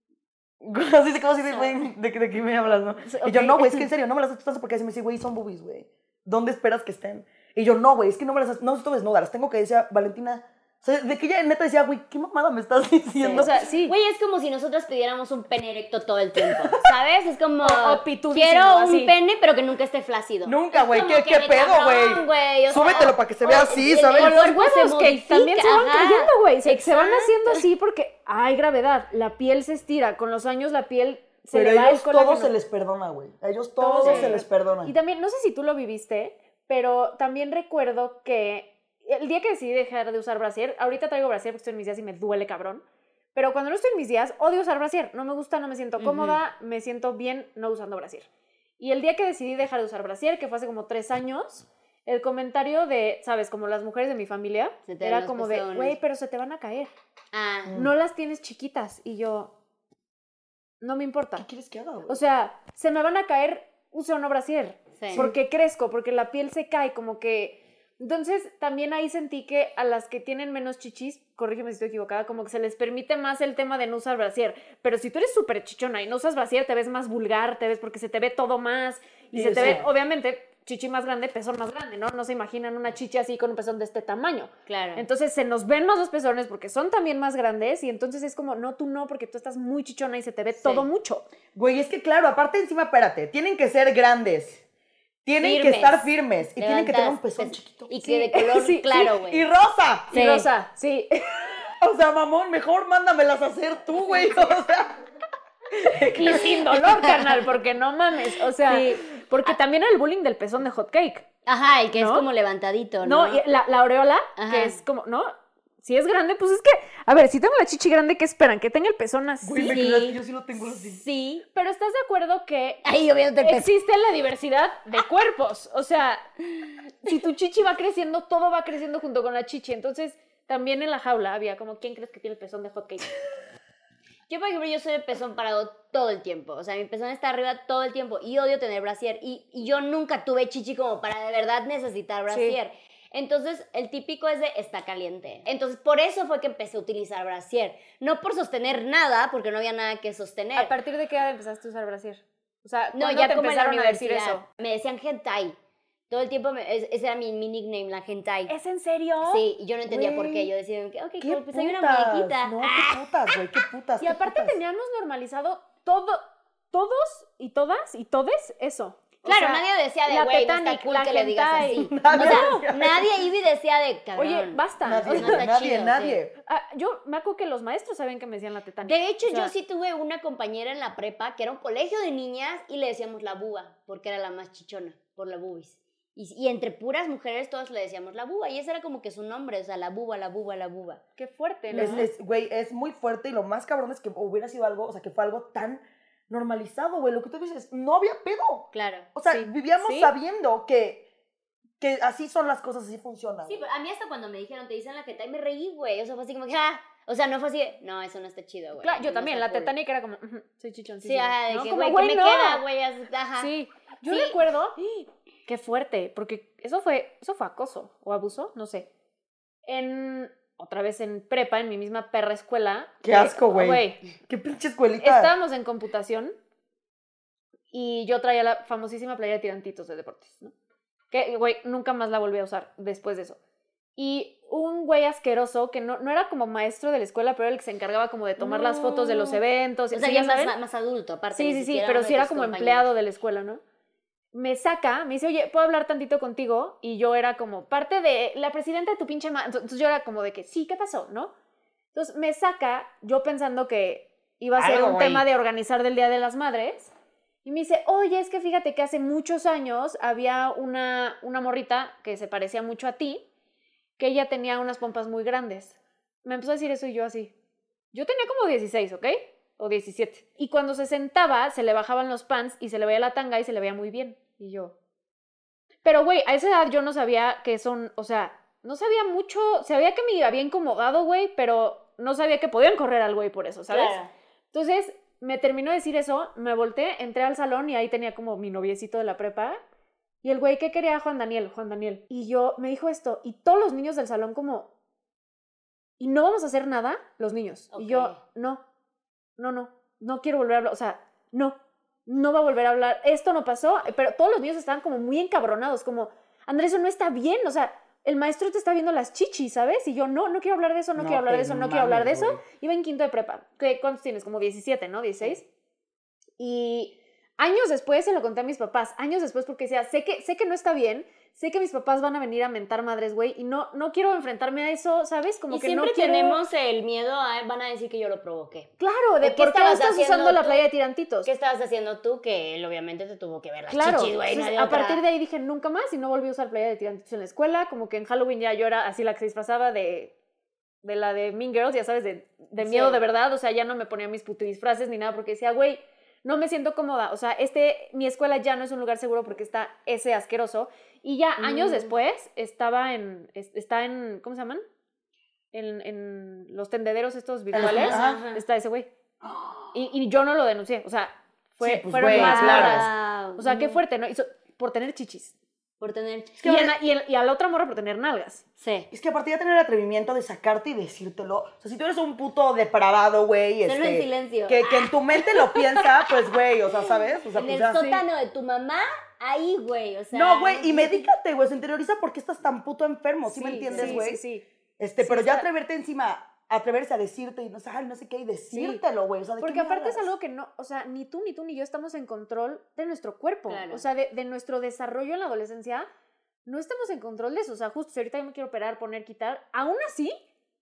así como así de, güey, ¿de qué me hablas, no? Y yo, Ok. no, güey, es que en serio, no me las estás porque así me dice, güey, son boobies, güey. ¿Dónde esperas que estén? Y yo, no, güey, es que no estoy desnuda, las tengo que decir, Valentina. O sea, de que ella neta decía, güey, ¿qué mamada me estás diciendo? O sea, sí. Güey, es como si nosotras pidiéramos un pene erecto todo el tiempo, ¿sabes? Es como, O pitudísimo, quiero un así. pene, pero que nunca esté flácido. Nunca, Es güey, como ¿qué que pedo, cabrón, güey? o sea, Súbetelo para que se vea así, el- ¿sabes? el O los cuerpo se huevos que modifica, también se van ajá. cayendo, güey. Se van Exacto. haciendo así porque hay gravedad. La piel se estira. Con los años la piel se Pero le va a ellos el colágeno. todo se les perdona, güey. A ellos todo Todo se les perdona. Y también, no sé si tú lo viviste, pero también recuerdo que el día que decidí dejar de usar brasier, ahorita traigo brasier porque estoy en mis días y me duele cabrón, pero cuando no estoy en mis días, odio usar brasier. No me gusta, no me siento cómoda, me siento bien no usando brasier. Y el día que decidí dejar de usar brasier, que fue hace como 3 años, el comentario de, ¿sabes? Como las mujeres de mi familia, Se te ven era los como de, pezones. güey, pero se te van a caer. Ah, No las tienes chiquitas. Y yo, no me importa. ¿Qué quieres que haga, güey? O sea, se me van a caer, use o no brasier. sí. Porque crezco, porque la piel se cae, como que... Entonces, también ahí sentí que a las que tienen menos chichis, corrígeme si estoy equivocada, como que se les permite más el tema de no usar brasier. Pero si tú eres súper chichona y no usas brasier, te ves más vulgar, te ves porque se te ve todo más. Y Sí, se te sí. ve, obviamente, chichi más grande, pezón más grande, ¿no? No se imaginan una chichi así con un pezón de este tamaño. Claro. Entonces, se nos ven más los pezones porque son también más grandes y entonces es como, no, tú no, porque tú estás muy chichona y se te ve todo mucho. Güey, es que claro, aparte encima, espérate, tienen que ser grandes. Tienen que Firmes. estar firmes. Y tienen que tener un Levantadas, pezón pues, chiquito. Y que de color sí, claro, güey. Y rosa. Sí. Rosa, sí. O sea, mamón, mejor mándamelas a hacer tú, güey. O sea, Y sin dolor, carnal, porque no mames. O sea, porque también el bullying del pezón de hot cake. Ajá, el que es ¿no? como levantadito, ¿no? No, y la aureola, Ajá. que es como, ¿no? Si es grande, pues es que, a ver, si tengo la chichi grande, ¿qué esperan? Que tenga el pezón así. Güey, me Sí. creas que yo sí lo tengo así. Sí. Pero ¿estás de acuerdo que Ay, yo viendo el pez. existe la diversidad de cuerpos? O sea, si tu chichi va creciendo, todo va creciendo junto con la chichi. Entonces, también en la jaula había como, ¿quién crees que tiene el pezón de hotcake? Yo, por ejemplo, yo soy el pezón parado todo el tiempo. O sea, mi pezón está arriba todo el tiempo. Y odio tener brasier. Y yo nunca tuve chichi como para de verdad necesitar brasier. Entonces, el típico es de está caliente. Entonces, por eso fue que empecé a utilizar brasier. No por sostener nada, porque no había nada que sostener. ¿A partir de qué edad empezaste a usar brasier? O sea, No, ¿cuándo ya te como en la empezaron a decir universidad. eso? Me decían hentai. Todo el tiempo, ese era mi nickname, la hentai. ¿Es en serio? Sí, y yo no entendía por Güey, qué. Yo decía, ok, ¿Qué pues hay una putas? muñequita. No, qué putas, güey, qué putas. Y qué aparte putas. teníamos normalizado todos y todas y todes eso. O Claro, sea, nadie decía de, la güey, no Titanic, está cool la que le digas hentai. así. Nadie O sea, decía nadie iba y decía de, cabrón. Oye, basta. Nadie, O sea, no está nadie, chido, nadie. yo me acuerdo que los maestros sabían que me decían la Titanic. De hecho, O sea, yo sí tuve una compañera en la prepa que era un colegio de niñas y le decíamos la búa, porque era la más chichona, por la bubis. Y entre puras mujeres todos le decíamos la búa, y ese era como que su nombre, o sea, la búa, la búa, la búa. qué fuerte, ¿no? Güey, es muy fuerte y lo más cabrón es que hubiera sido algo, o sea, que fue algo tan normalizado, güey. Lo que tú dices, no había pedo. Claro. O sea, Sí, vivíamos sí. sabiendo que así son las cosas, así funcionan. Sí, pero a mí hasta cuando me dijeron, te dicen la hentai, me reí, güey. O sea, fue así como que, ah. O sea, no fue así de, no, eso no está chido, güey. Claro, yo no también, está la cool". Titanic era como, soy chichón. Sí, ajá, de ¿no? que, Como, güey, ¿qué me no. queda, güey? Ajá. Sí, yo Sí. recuerdo, qué fuerte, porque eso fue acoso o abuso, no sé. Otra vez en prepa, en mi misma perra escuela. Qué asco, güey. Qué pinche escuelita. Estábamos en computación y yo traía la famosísima playera de tirantitos de deportes, ¿no? Que, güey, nunca más la volví a usar después de eso. Y un güey asqueroso que no era como maestro de la escuela, pero era el que se encargaba como de tomar las fotos de los eventos. O sea, ¿sí, ya saben? más adulto, aparte. Sí, ni sí, sí, siquiera pero uno sí de era tus como compañeros. empleado de la escuela, ¿no? Me dice, oye, ¿puedo hablar tantito contigo? Y yo era como parte de la presidenta de tu pinche Entonces yo era como de que, sí, ¿qué pasó? ¿No? Entonces me saca, yo pensando que iba a ser Algo, un güey. tema de organizar del Día de las Madres. Y me dice, oye, es que fíjate que hace muchos años había una morrita que se parecía mucho a ti, que ella tenía unas pompas muy grandes. Me empezó a decir eso y yo así. Yo tenía como 16, ¿ok? O 17. Y cuando se sentaba, se le bajaban los pants y se le veía la tanga y se le veía muy bien. Y yo... Pero, güey, a esa edad yo no sabía que son... O sea, no sabía mucho... Sabía que me había incomodado, güey, pero no sabía que podían correr al güey por eso, ¿sabes? Claro. Entonces, me terminó de decir eso, me volteé, entré al salón y ahí tenía como mi noviecito de la prepa. Y el güey, ¿qué quería? Juan Daniel. Y yo, me dijo esto, y todos los niños del salón como... ¿Y no vamos a hacer nada? Los niños. Ok. Y yo, no quiero volver a hablar, o sea, no va a volver a hablar, esto no pasó, pero todos los niños estaban como muy encabronados, como, Andrés, eso no está bien, o sea, el maestro te está viendo las chichis, ¿sabes? Y yo, no quiero hablar de eso, no quiero hablar de eso, no quiero hablar de eso. güey. Iba en quinto de prepa. ¿Cuántos tienes? Como 17, ¿no? 16. Y años después se lo conté a mis papás, años después porque decía, sé que no está bien, sé que mis papás van a venir a mentar madres, güey, y no quiero enfrentarme a eso, ¿sabes? Como Y que siempre no quiero... tenemos el miedo a, van a decir que yo lo provoqué. Claro, de ¿O qué por qué estabas estás haciendo usando la tú? playa de tirantitos. ¿Qué estabas haciendo tú? Que él obviamente te tuvo que ver las Claro, chichis, güey. entonces, no hay a otra. partir de ahí dije nunca más y no volví a usar playa de tirantitos en la escuela, como que en Halloween ya yo era así la que se disfrazaba de la de Mean Girls, ya sabes, de miedo Sí. de verdad, o sea, ya no me ponía mis puto disfraces ni nada porque decía, güey, no me siento cómoda, o sea, mi escuela ya no es un lugar seguro porque está ese asqueroso, y ya años después está en, ¿cómo se llaman? En los tendederos estos virtuales, Ajá. está ese güey, y yo no lo denuncié, o sea, Sí, pues, fueron güey, más claro. morras. O sea, qué fuerte, ¿no? Por tener chichis. Por tener... Y a la otra morra por tener nalgas. Sí. Es que aparte ya tener el atrevimiento de sacarte y decírtelo. O sea, si tú eres un puto depravado, güey. Hacerlo en silencio. Que en tu mente lo piensa, pues, güey, o sea, ¿sabes? O sea, En pues el ya. sótano de tu mamá, ahí, güey, o sea... No, güey, y medícate, güey. Se interioriza por qué estás tan puto enfermo, ¿sí me entiendes, sí, güey? Sí. Pero ya está- atreverse a decirte y no sé qué, y decírtelo, güey. O sea, ¿de Porque qué me aparte es hablas? algo que no, o sea, ni tú ni yo estamos en control de nuestro cuerpo. Claro. O sea, de nuestro desarrollo en la adolescencia, no estamos en control de eso. O sea, justo si ahorita yo me quiero operar, poner, quitar. Aún así,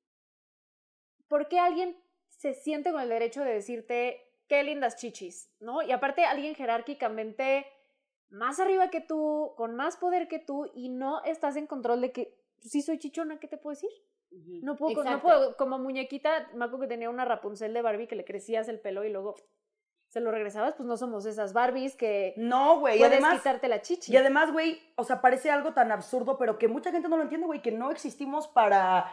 ¿por qué alguien se siente con el derecho de decirte qué lindas chichis? ¿No? Y aparte, alguien jerárquicamente más arriba que tú, con más poder que tú, y no estás en control de que, sí soy chichona, ¿qué te puedo decir? No puedo, como muñequita, me acuerdo que tenía una Rapunzel de Barbie que le crecías el pelo y luego se lo regresabas, pues no somos esas Barbies que No, güey, y puedes además quitarte la chichi. Y además, güey, o sea, parece algo tan absurdo, pero que mucha gente no lo entiende, güey, que no existimos para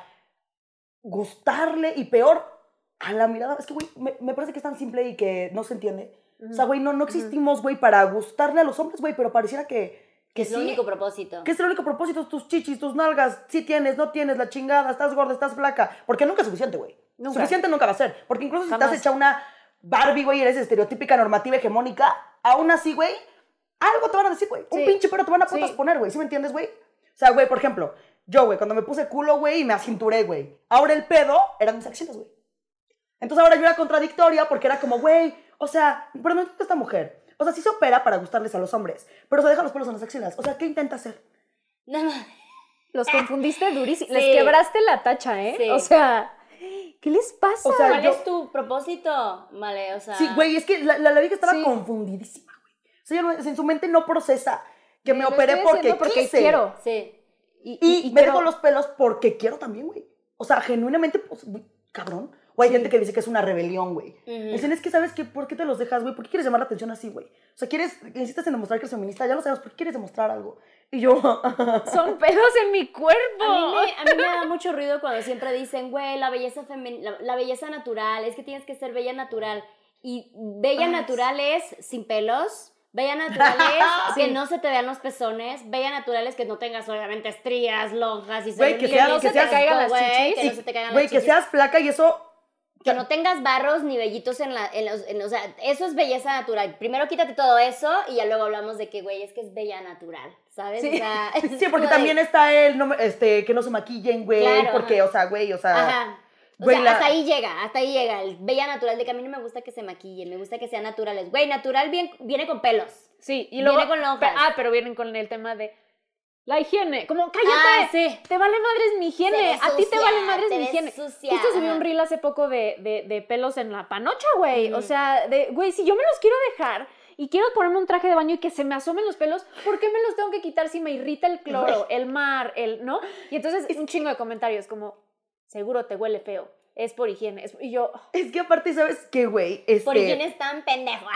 gustarle y peor a la mirada. Es que, güey, me parece que es tan simple y que no se entiende. O sea, güey, no existimos, güey, para gustarle a los hombres, güey, pero pareciera que Es sí. el único propósito. Que es el único propósito, tus chichis, tus nalgas, sí tienes, no tienes, la chingada, estás gorda, estás flaca. Porque nunca es suficiente, güey. Nunca. Suficiente nunca va a ser. Porque incluso si Jamás. estás hecha una Barbie, güey, eres estereotípica, normativa, hegemónica, aún así, güey, algo te van a decir, güey. Un Sí. pinche pero te van a putas Sí. poner, güey. ¿Sí me entiendes, güey? O sea, güey, por ejemplo, yo, güey, cuando me puse culo, güey, y me acinturé, güey. Ahora el pedo eran mis axilas, güey. Entonces ahora yo era contradictoria porque era como, güey, o sea, pero no entiendo esta mujer. O sea, sí se opera para gustarles a los hombres, pero se deja los pelos en las axilas. O sea, ¿qué intenta hacer? No, no. Los confundiste durísimo. Sí. Les quebraste la tacha, ¿eh? Sí. O sea, ¿qué les pasa? O sea, ¿Cuál yo- es tu propósito? Vale, o sea... Sí, güey, es que la vieja estaba Sí. confundidísima, güey. O sea, ella no- en su mente no procesa que me Lo operé estoy porque haciendo porque quise. quiero. Sí. Y me dejo los pelos porque quiero también, güey. O sea, genuinamente, pues, güey, cabrón. O hay gente que dice que es una rebelión, güey. Dicen, es que, ¿sabes qué? ¿Por qué te los dejas, güey? ¿Por qué quieres llamar la atención así, güey? O sea, insistes en demostrar que eres feminista, ya lo sabes, ¿por qué quieres demostrar algo? Y yo, Son pelos en mi cuerpo. A mí me da mucho ruido cuando siempre dicen, güey, la belleza la belleza natural, es que tienes que ser bella natural. Y bella natural es sin pelos, bella natural es que no se te vean los pezones, bella natural es que no tengas obviamente estrías, lonjas y Güey, que celulitis, seas- no que se seas- te caigan las güey, chichis, que y- no se te caigan güey, las que chichis. seas flaca y eso... Que no tengas barros ni vellitos o sea, eso es belleza natural. Primero quítate todo eso y ya luego hablamos de que, güey, es que es bella natural, ¿sabes? Sí. O sea, es Sí, porque como también de- está él, que no se maquillen, güey, Claro, porque, ajá. o sea, güey, o sea... Ajá. O güey, sea, hasta ahí llega, el bella natural, de que a mí no me gusta que se maquillen, me gusta que sean naturales. Güey, natural viene con pelos. Sí, y Viene luego con lonjas. pero vienen con el tema de la higiene. Como, cállate, Ah, sí. te vale madres mi higiene. Se ve A ti te sucia, vale madres te mi ves higiene. sucia, Justo subí ajá. un reel hace poco de pelos en la panocha, güey. O sea, güey, si yo me los quiero dejar y quiero ponerme un traje de baño y que se me asomen los pelos, ¿por qué me los tengo que quitar si me irrita el cloro, el mar, ¿no? Y entonces un chingo de comentarios como, seguro te huele feo. Es por higiene. Y yo, Es que aparte, ¿sabes qué, güey? Por higiene están pendejos.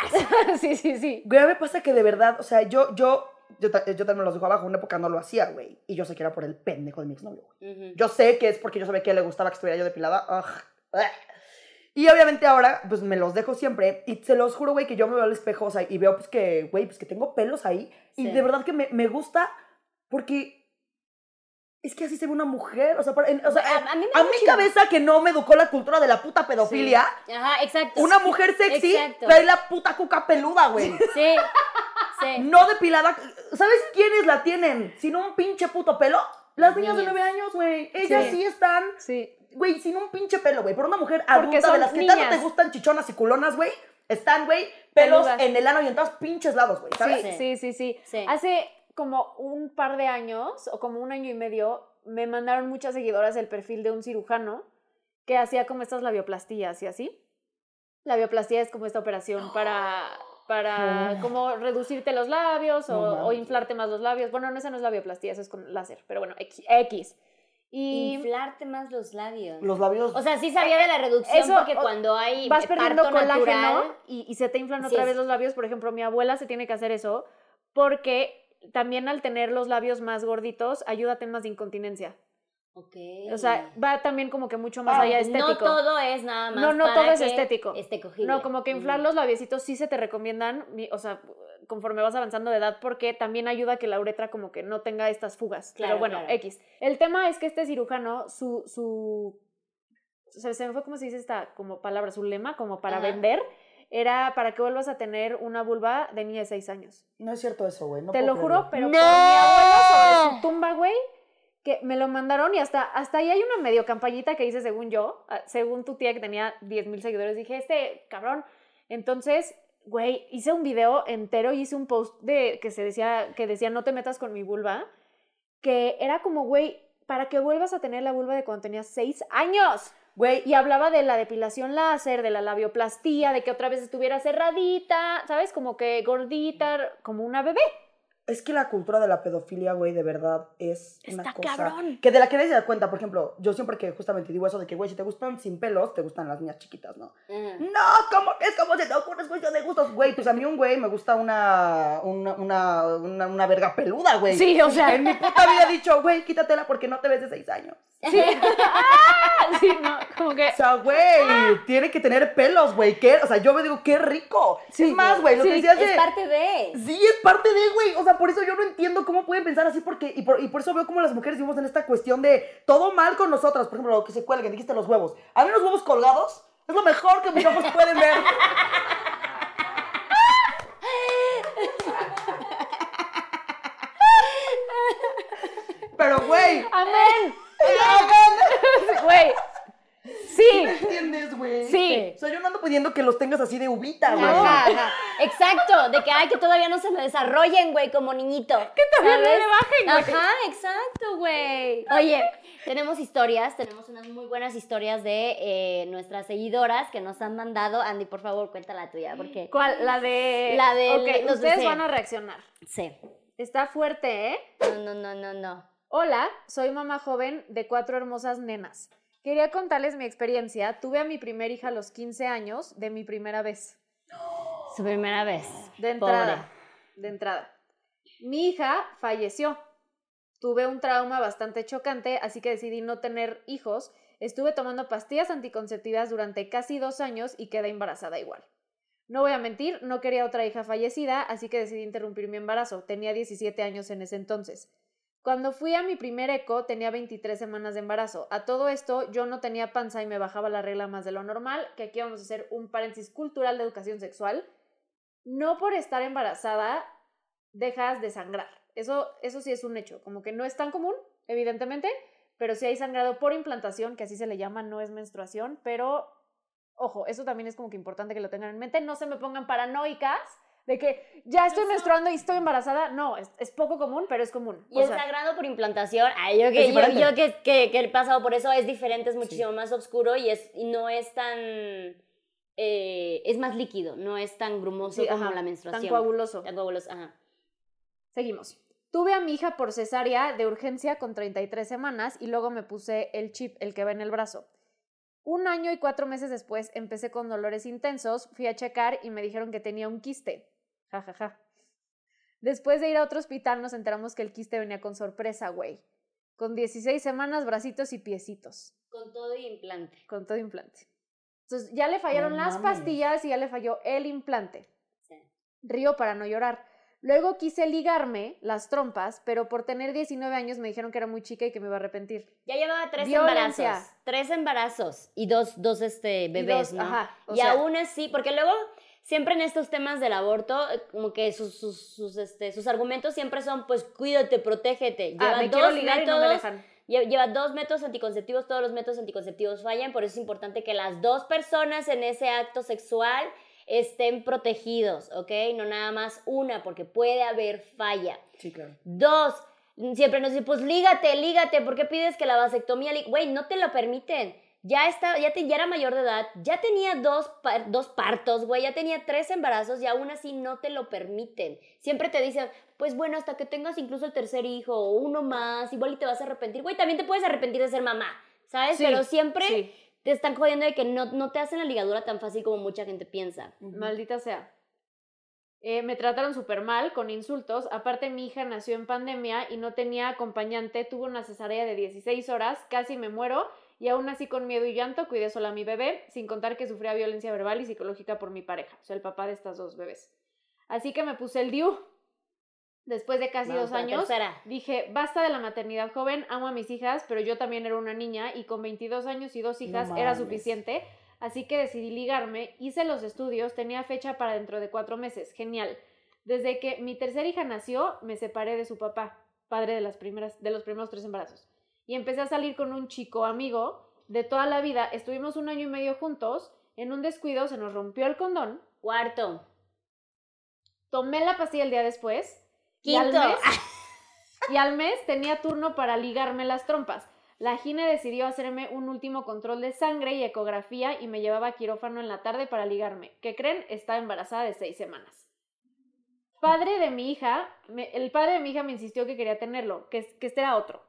sí. Güey, a mí me pasa que de verdad, o sea, yo también me los dejo abajo, en una época no lo hacía, güey. Y yo sé que era por el pendejo de mi exnovio, güey. Yo sé que es porque yo sabía que le gustaba que estuviera yo depilada. Ugh. Y obviamente ahora, pues me los dejo siempre. Y se los juro, güey, que yo me veo al espejo, o sea, y veo, pues que, güey, pues que tengo pelos ahí. Y Sí. de verdad que me gusta porque es que así se ve una mujer. O sea, A mí me da a mi mucho- cabeza que no me educó la cultura de la puta pedofilia. Ajá, exacto. Una mujer sexy Exacto. trae la puta cuca peluda, güey. Sí, sí. No depilada. ¿Sabes quiénes la tienen? Sin un pinche puto pelo. Las niñas de Niñas. 9 años, güey. Ellas sí están, Sí. güey, sin un pinche pelo, güey. Pero una mujer Porque adulta son de las que tanto niñas. te gustan chichonas y culonas, güey, están, güey, pelos Peludas. en el ano y en todos pinches lados, güey, ¿sabes? Sí. Sí. Hace como un par de años, o como un año y medio, me mandaron muchas seguidoras el perfil de un cirujano que hacía como estas labioplastías y así. La bioplastía es como esta operación para como reducirte los labios No o mames. inflarte más los labios. Bueno, no, esa no es la bioplastia, eso es con láser, pero bueno, X. Y Inflarte más los labios. Los labios. O sea, sí sabía de la reducción eso, porque cuando hay vas perdiendo parto colágeno natural, y se te inflan Sí, otra es- vez los labios. Por ejemplo, mi abuela se tiene que hacer eso porque también al tener los labios más gorditos ayuda a temas de incontinencia. Ok. O sea, va también como que mucho más Ah, allá estético. No todo es nada más No para todo es que estético. esté cogible. No, como que inflar los labiecitos sí se te recomiendan, o sea, conforme vas avanzando de edad, porque también ayuda a que la uretra como que no tenga estas fugas. Claro, Pero bueno, claro. X. El tema es que este cirujano, o sea, se me fue, ¿cómo se dice esta como palabra? Su lema, como para Ajá. vender, era para que vuelvas a tener una vulva de niña de 6 años. No es cierto eso, güey. No Te puedo lo juro, creerlo. pero ¡No! por mi abuelo sobre su tumba, güey, que me lo mandaron y hasta ahí hay una medio campañita que hice según yo, según tu tía que tenía 10,000 seguidores, dije, este cabrón. Entonces, güey, hice un video entero y hice un post que decía no te metas con mi vulva, que era como, güey, para que vuelvas a tener la vulva de cuando tenías 6 años. Güey, Y hablaba de la depilación láser, de la labioplastía, de que otra vez estuviera cerradita, ¿sabes? Como que gordita, como una bebé. Es que la cultura de la pedofilia, güey, de verdad es una Está cosa... cabrón. Que de la que nadie se da cuenta. Por ejemplo, yo siempre que justamente digo eso de que, güey, si te gustan sin pelos, te gustan las niñas chiquitas, ¿no? No, ¿cómo? Es como se te ocurre, es cuestión de gustos. Güey, pues a mí un güey me gusta una verga peluda, güey. Sí, o sea. En mi puta vida he dicho, güey, quítatela porque no te ves de 6 años. Sí. Sí, no, como que... O sea, güey, tiene que tener pelos, güey. O sea, yo me digo, qué rico. Sí, es más, güey, lo que decías Es de... parte de. Sí, es parte de, güey. O sea, por eso yo no entiendo cómo pueden pensar así, porque y por eso veo como las mujeres vivimos en esta cuestión de todo mal con nosotras. Por ejemplo, lo que se cuelguen, dijiste los huevos. A mí los huevos colgados es lo mejor que mis ojos pueden ver. Pero, güey. ¡Amén! Güey. Sí. ¿Me entiendes, güey? Sí. O sea, yo no ando pidiendo que los tengas así de uvita, güey. Ajá. Exacto, de que ay, que todavía no se me desarrollen, güey, como niñito. Que todavía no le bajen, güey. Ajá, exacto, güey. Oye, tenemos unas muy buenas historias de nuestras seguidoras que nos han mandado. Andy, por favor, cuenta la tuya, porque... ¿Cuál? La de... Ok, Ok, ustedes van a reaccionar. Sí. Está fuerte, ¿eh? No. Hola, soy mamá joven de 4 hermosas nenas. Quería contarles mi experiencia. Tuve a mi primer hija a los 15 años de mi primera vez. Su primera vez. De entrada. Pobre. De entrada. Mi hija falleció. Tuve un trauma bastante chocante, así que decidí no tener hijos. Estuve tomando pastillas anticonceptivas durante casi 2 años y quedé embarazada igual. No voy a mentir, no quería otra hija fallecida, así que decidí interrumpir mi embarazo. Tenía 17 años en ese entonces. Cuando fui a mi primer eco, tenía 23 semanas de embarazo. A todo esto, yo no tenía panza y me bajaba la regla más de lo normal, que aquí vamos a hacer un paréntesis cultural de educación sexual. No por estar embarazada dejas de sangrar. Eso sí es un hecho. Como que no es tan común, evidentemente, pero sí hay sangrado por implantación, que así se le llama, no es menstruación, pero, ojo, eso también es como que importante que lo tengan en mente. No se me pongan paranoicas de que ya estoy menstruando y estoy embarazada. No, es poco común, pero es común. Y el sangrado por implantación, yo que he pasado por eso, es diferente, es muchísimo más oscuro y no es tan... es más líquido, no es tan grumoso como la menstruación. Tan coaguloso. Ajá. Seguimos. Tuve a mi hija por cesárea de urgencia con 33 semanas y luego me puse el chip, el que va en el brazo. 1 año y 4 meses después empecé con dolores intensos, fui a checar y me dijeron que tenía un quiste. Ja, ja, ja. Después de ir a otro hospital nos enteramos que el quiste venía con sorpresa, güey. Con 16 semanas, bracitos y piecitos. Con todo y implante. Con todo implante. Entonces ya le fallaron las pastillas y ya le falló el implante. Sí. Río para no llorar. Luego quise ligarme las trompas, pero por tener 19 años me dijeron que era muy chica y que me iba a arrepentir. Ya llevaba 3 Violencia. embarazos. 3 embarazos y dos bebés, ¿no? Ajá, y aún así, porque luego siempre en estos temas del aborto, como que sus argumentos siempre son, pues, cuídate, protégete. Me quiero ligar y no me dejan. Lleva 2 métodos anticonceptivos, todos los métodos anticonceptivos fallan, por eso es importante que las 2 personas en ese acto sexual estén protegidos, ¿ok? No nada más una, porque puede haber falla. Sí, claro. 2, siempre nos dicen, pues lígate, ¿por qué pides que la vasectomía? Güey, no te lo permiten. Ya era mayor de edad, ya tenía 2 partos, güey, ya tenía 3 embarazos y aún así no te lo permiten. Siempre te dicen, pues bueno, hasta que tengas incluso el 3er hijo o uno más, igual y te vas a arrepentir. Güey, también te puedes arrepentir de ser mamá, ¿sabes? Sí, pero siempre... sí. Te están jodiendo de que no te hacen la ligadura tan fácil como mucha gente piensa. Maldita sea. Me trataron súper mal, con insultos. Aparte, mi hija nació en pandemia y no tenía acompañante. Tuvo una cesárea de 16 horas, casi me muero. Y aún así, con miedo y llanto, cuidé sola a mi bebé, sin contar que sufría violencia verbal y psicológica por mi pareja, o sea, el papá de estas 2 bebés. Así que me puse el DIU. Después de casi 2 años, dije, basta de la maternidad joven, amo a mis hijas, pero yo también era una niña y con 22 años y 2 hijas era suficiente, así que decidí ligarme, hice los estudios, tenía fecha para dentro de 4 meses, genial. Desde que mi 3er hija nació, me separé de su papá, padre de los primeros 3 embarazos, y empecé a salir con un chico amigo de toda la vida. Estuvimos 1 año y medio juntos, en un descuido se nos rompió el condón. 4. Tomé la pastilla el día después. 5. Y al mes tenía turno para ligarme las trompas. La gine decidió hacerme un último control de sangre y ecografía y me llevaba a quirófano en la tarde para ligarme. ¿Qué creen? Estaba embarazada de 6 semanas. padre de mi hija, el padre de mi hija me insistió que quería tenerlo, que este era otro.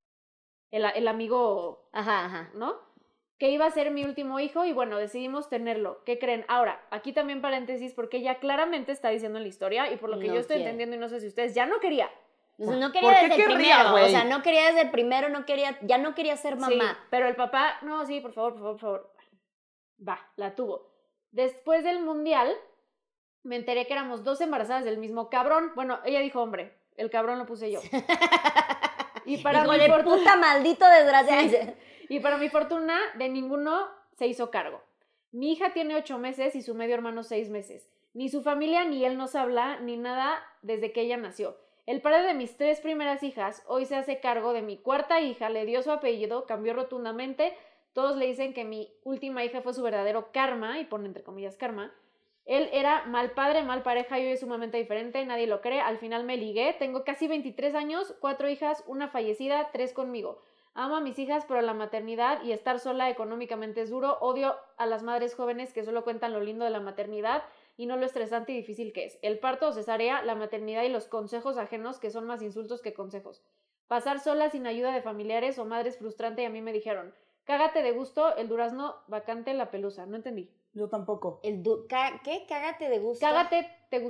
El amigo, Ajá. ¿no? Que iba a ser mi último hijo y bueno, decidimos tenerlo. ¿Qué creen? Ahora, aquí también paréntesis, porque ella claramente está diciendo en la historia y por lo que No yo estoy quiere. entendiendo y no sé si ustedes, ya no quería. Entonces, no ¿Por quería qué desde el querría, primero, güey? o sea, no quería desde el primero, ya no quería ser mamá. Sí, pero el papá, no, sí, por favor. Va, la tuvo. Después del mundial, me enteré que éramos 2 embarazadas del mismo cabrón. Bueno, ella dijo hombre, el cabrón lo puse yo. Y para Hijo mi de fortuna, puta maldito desgraciado. Sí. Y para mi fortuna, de ninguno se hizo cargo. Mi hija tiene 8 meses y su medio hermano 6 meses. Ni su familia ni él nos habla ni nada desde que ella nació. El padre de mis 3 primeras hijas hoy se hace cargo de mi 4ª hija, le dio su apellido, cambió rotundamente. Todos le dicen que mi última hija fue su verdadero karma, y pone entre comillas karma. Él era mal padre, mal pareja, y hoy es sumamente diferente, nadie lo cree. Al final me ligué, tengo casi 23 años, 4 hijas, una fallecida, 3 conmigo. Amo a mis hijas, pero la maternidad y estar sola económicamente es duro. Odio a las madres jóvenes que solo cuentan lo lindo de la maternidad y no lo estresante y difícil que es. El parto o cesárea, la maternidad y los consejos ajenos, que son más insultos que consejos. Pasar sola sin ayuda de familiares o madres frustrante, y a mí me dijeron, cágate de gusto, el durazno vacante la pelusa. No entendí. Yo tampoco. ¿Qué? Cágate de gusto. Cágate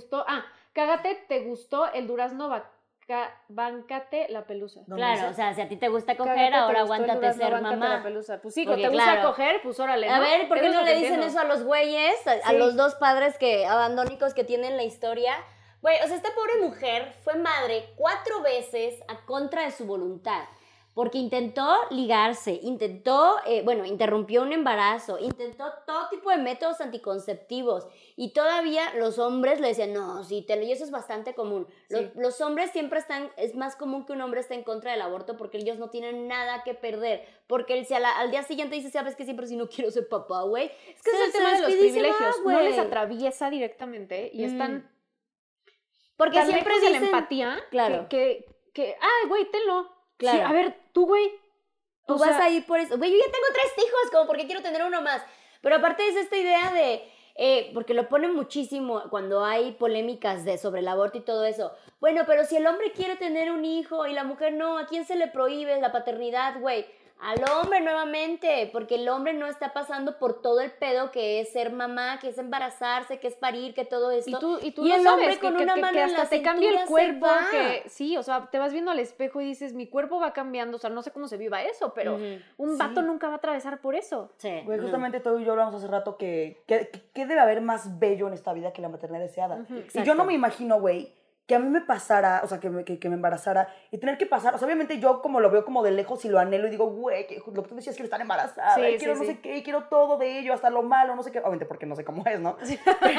te gustó el durazno bancate la pelusa. No, Claro, no o sé. sea, si a ti te gusta coger, Cágate, te ahora gustó el aguántate durazno, ser báncate mamá. la pelusa. Pues sí, Porque, te gusta coger, pues órale, ¿no? A ver, ¿por qué Eso es no lo le que dicen entiendo. eso a los güeyes, a Sí. los 2 padres abandónicos que tienen la historia? Güey, o sea, esta pobre mujer fue madre 4 veces a contra de su voluntad. Porque intentó ligarse, interrumpió un embarazo, intentó todo tipo de métodos anticonceptivos. Y todavía los hombres le decían, no, sí, y eso es bastante común. Sí. Los hombres siempre es más común que un hombre esté en contra del aborto porque ellos no tienen nada que perder. Porque él, si al día siguiente dice, sabes que siempre si no quiero ser papá, güey. Es que es el tema de los despide y se va, privilegios. No güey. les atraviesa directamente y están Porque tan siempre lejos de la dicen, empatía claro. que ay, güey, tenlo. Claro. Sí, a ver, tú, güey. tú o vas sea, a ir por eso. Güey, yo ya tengo 3 hijos, como porque quiero tener uno más. Pero aparte es esta idea de, porque lo ponen muchísimo cuando hay polémicas sobre el aborto y todo eso. Bueno, pero si el hombre quiere tener un hijo y la mujer no, ¿a quién se le prohíbe la paternidad, güey? Al hombre nuevamente, porque el hombre no está pasando por todo el pedo que es ser mamá, que es embarazarse, que es parir, que todo esto. Y tú y lo el sabes, hombre con una mano que en hasta la te cambia cintura el se cuerpo, va. que sí, o sea, te vas viendo al espejo y dices, mi cuerpo va cambiando, o sea, no sé cómo se viva eso, pero Ujú. un vato nunca va a atravesar por eso. Sí, Güey, no. justamente tú y yo hablamos hace rato que debe haber más bello en esta vida que la maternidad deseada. Ujú, Y exacto. yo no me imagino, güey, que a mí me pasara, o sea, que me embarazara y tener que pasar, o sea, obviamente yo como lo veo como de lejos y lo anhelo y digo, güey, que lo que tú decías, quiero estar embarazada, Sí, y quiero sí, no sí. sé qué, y quiero todo de ello, hasta lo malo, no sé qué, obviamente porque no sé cómo es, ¿no?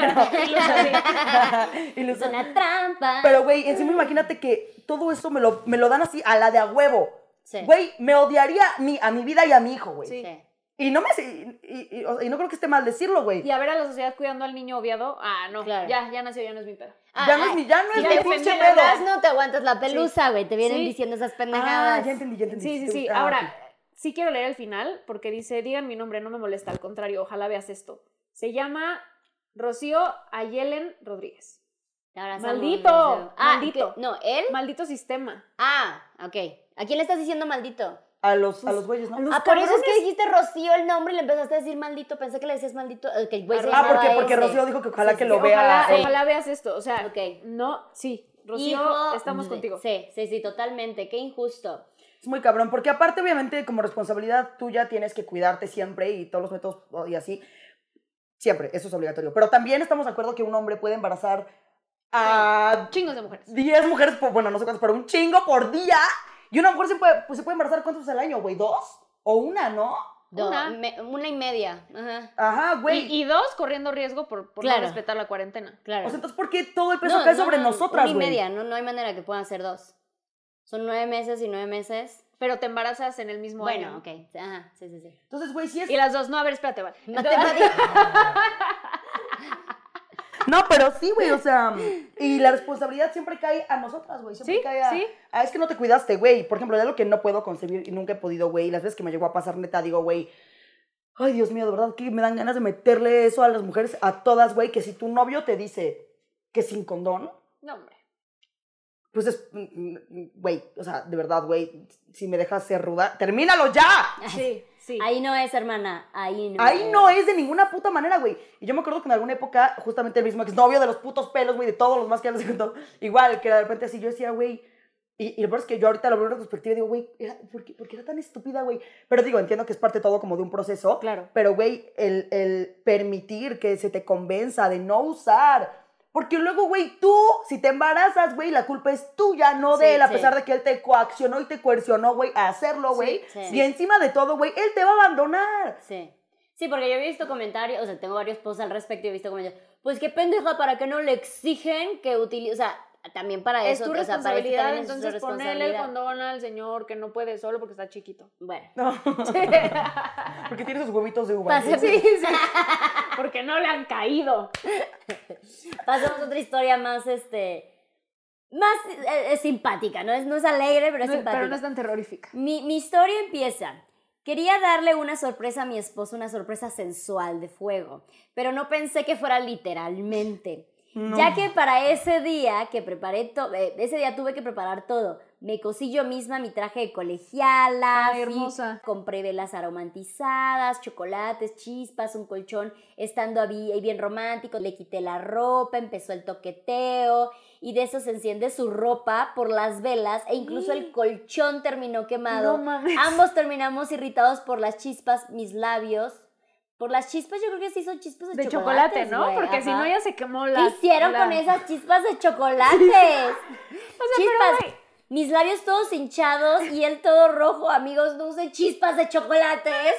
Es una trampa. Pero, güey, encima imagínate que todo eso me lo dan así a la de a huevo. Sí. Güey, me odiaría a mi vida y a mi hijo, güey. Sí. Sí. Y no y no creo que esté mal decirlo, güey. Y a ver a la sociedad cuidando al niño obviado, no, Claro. ya nació, ya no es mi pedo. Ya no es mi sí, pinche defendí, pedo. No te aguantas la pelusa, güey. Te vienen Sí. diciendo esas pendejadas. Ya entendí. Sí, te sí. gusta. Ahora, Ok. sí quiero leer el final porque dice, digan mi nombre, no me molesta, al contrario, ojalá veas esto. Se llama Rocío Ayelen Rodríguez. Ahora Maldito, somos- maldito. ¿qué? No, ¿él? Maldito sistema. Ok. ¿A quién le estás diciendo maldito? A los güeyes, ¿no? los Por eso es que cabrones. dijiste Rocío el nombre y le empezaste a decir maldito. Pensé que le decías maldito. Que el güey se llamaba porque ese. Rocío dijo que ojalá Sí, que sí, lo sí. vea. Ojalá veas esto. O sea, Ok. no, sí. Rocío, Hijo, estamos sí, contigo. Sí, totalmente. Qué injusto. Es muy cabrón, porque aparte, obviamente, como responsabilidad tuya tienes que cuidarte siempre y todos los métodos y así. Siempre, eso es obligatorio. Pero también estamos de acuerdo que un hombre puede embarazar a Chingos de mujeres. 10 mujeres, bueno, no sé cuántas, pero un chingo por día. Y una mujer se puede embarazar ¿cuántos al año, güey? ¿2? ¿O una, no? Una. Una y media. Ajá. Ajá, güey. Y 2, corriendo riesgo por Claro. no respetar la cuarentena. Claro. O sea, entonces, ¿por qué todo el peso cae sobre nosotras, Una y güey? media. No hay manera que puedan ser 2. Son 9 meses y 9 meses. Pero te embarazas en el mismo Bueno, año. ok. Ajá, sí. Entonces, güey, si es... Y las dos, no, a ver, espérate, vale. Matemática. No, pero sí, güey, o sea, y la responsabilidad siempre cae a nosotras, güey, siempre Sí, cae a, sí. es que no te cuidaste, güey. Por ejemplo, de lo que no puedo concebir y nunca he podido, güey, y las veces que me llegó a pasar, neta, digo, güey, ay, Dios mío, de verdad que me dan ganas de meterle eso a las mujeres, a todas, güey, que si tu novio te dice que sin condón, No, hombre. Pues es, güey, o sea, de verdad, güey, si me dejas ser ruda, ¡termínalo ya! Sí, sí. Ahí no es, hermana, ahí no Ahí no es de ninguna puta manera, güey. Y yo me acuerdo que en alguna época, justamente el mismo exnovio de los putos pelos, güey, de todos los más que ya les he contado, igual, que de repente así yo decía, güey, y lo peor es que yo ahorita lo veo en retrospectiva y digo, güey, ¿por qué era tan estúpida, güey? Pero digo, entiendo que es parte todo como de un proceso. Claro. Pero, güey, el permitir que se te convenza de no usar. Porque luego, güey, tú, si te embarazas, güey, la culpa es tuya, no de él, a pesar de que él te coaccionó y te coercionó, güey, a hacerlo, güey. Sí. Y encima de todo, güey, él te va a abandonar. Sí. Sí, porque yo he visto comentarios, o sea, tengo varios posts al respecto y he visto comentarios, pues qué pendeja, ¿para qué no le exigen que utilice? O sea, también para Es eso. tu o sea, para eso responsabilidad, también es su entonces ponerle el responsabilidad. condón al señor que no puede solo porque está chiquito. Bueno. No. Porque tiene sus huevitos de uva. Pase- Sí. Porque no le han caído. Pasemos a otra historia más, más simpática, no es alegre, pero es simpática. Pero no es tan terrorífica. Mi historia empieza. Quería darle una sorpresa a mi esposo, una sorpresa sensual de fuego, pero no pensé que fuera literalmente. No. Ya que para ese día que preparé todo, ese día tuve que preparar todo. Me cosí yo misma mi traje de colegiala, Ay, hermosa. compré velas aromatizadas, chocolates, chispas, un colchón, estando ahí bien romántico, le quité la ropa, empezó el toqueteo y de eso se enciende su ropa por las velas e incluso el colchón terminó quemado. No mames. Ambos terminamos irritados por las chispas, mis labios. Por las chispas, yo creo que sí son chispas De de chocolate, ¿no? güey, Porque si ajá. no ya se quemó ¿Qué la... hicieron la- con esas chispas de chocolates? Chispas. pero, güey. Mis labios todos hinchados y él todo rojo. Amigos, no usen chispas de chocolates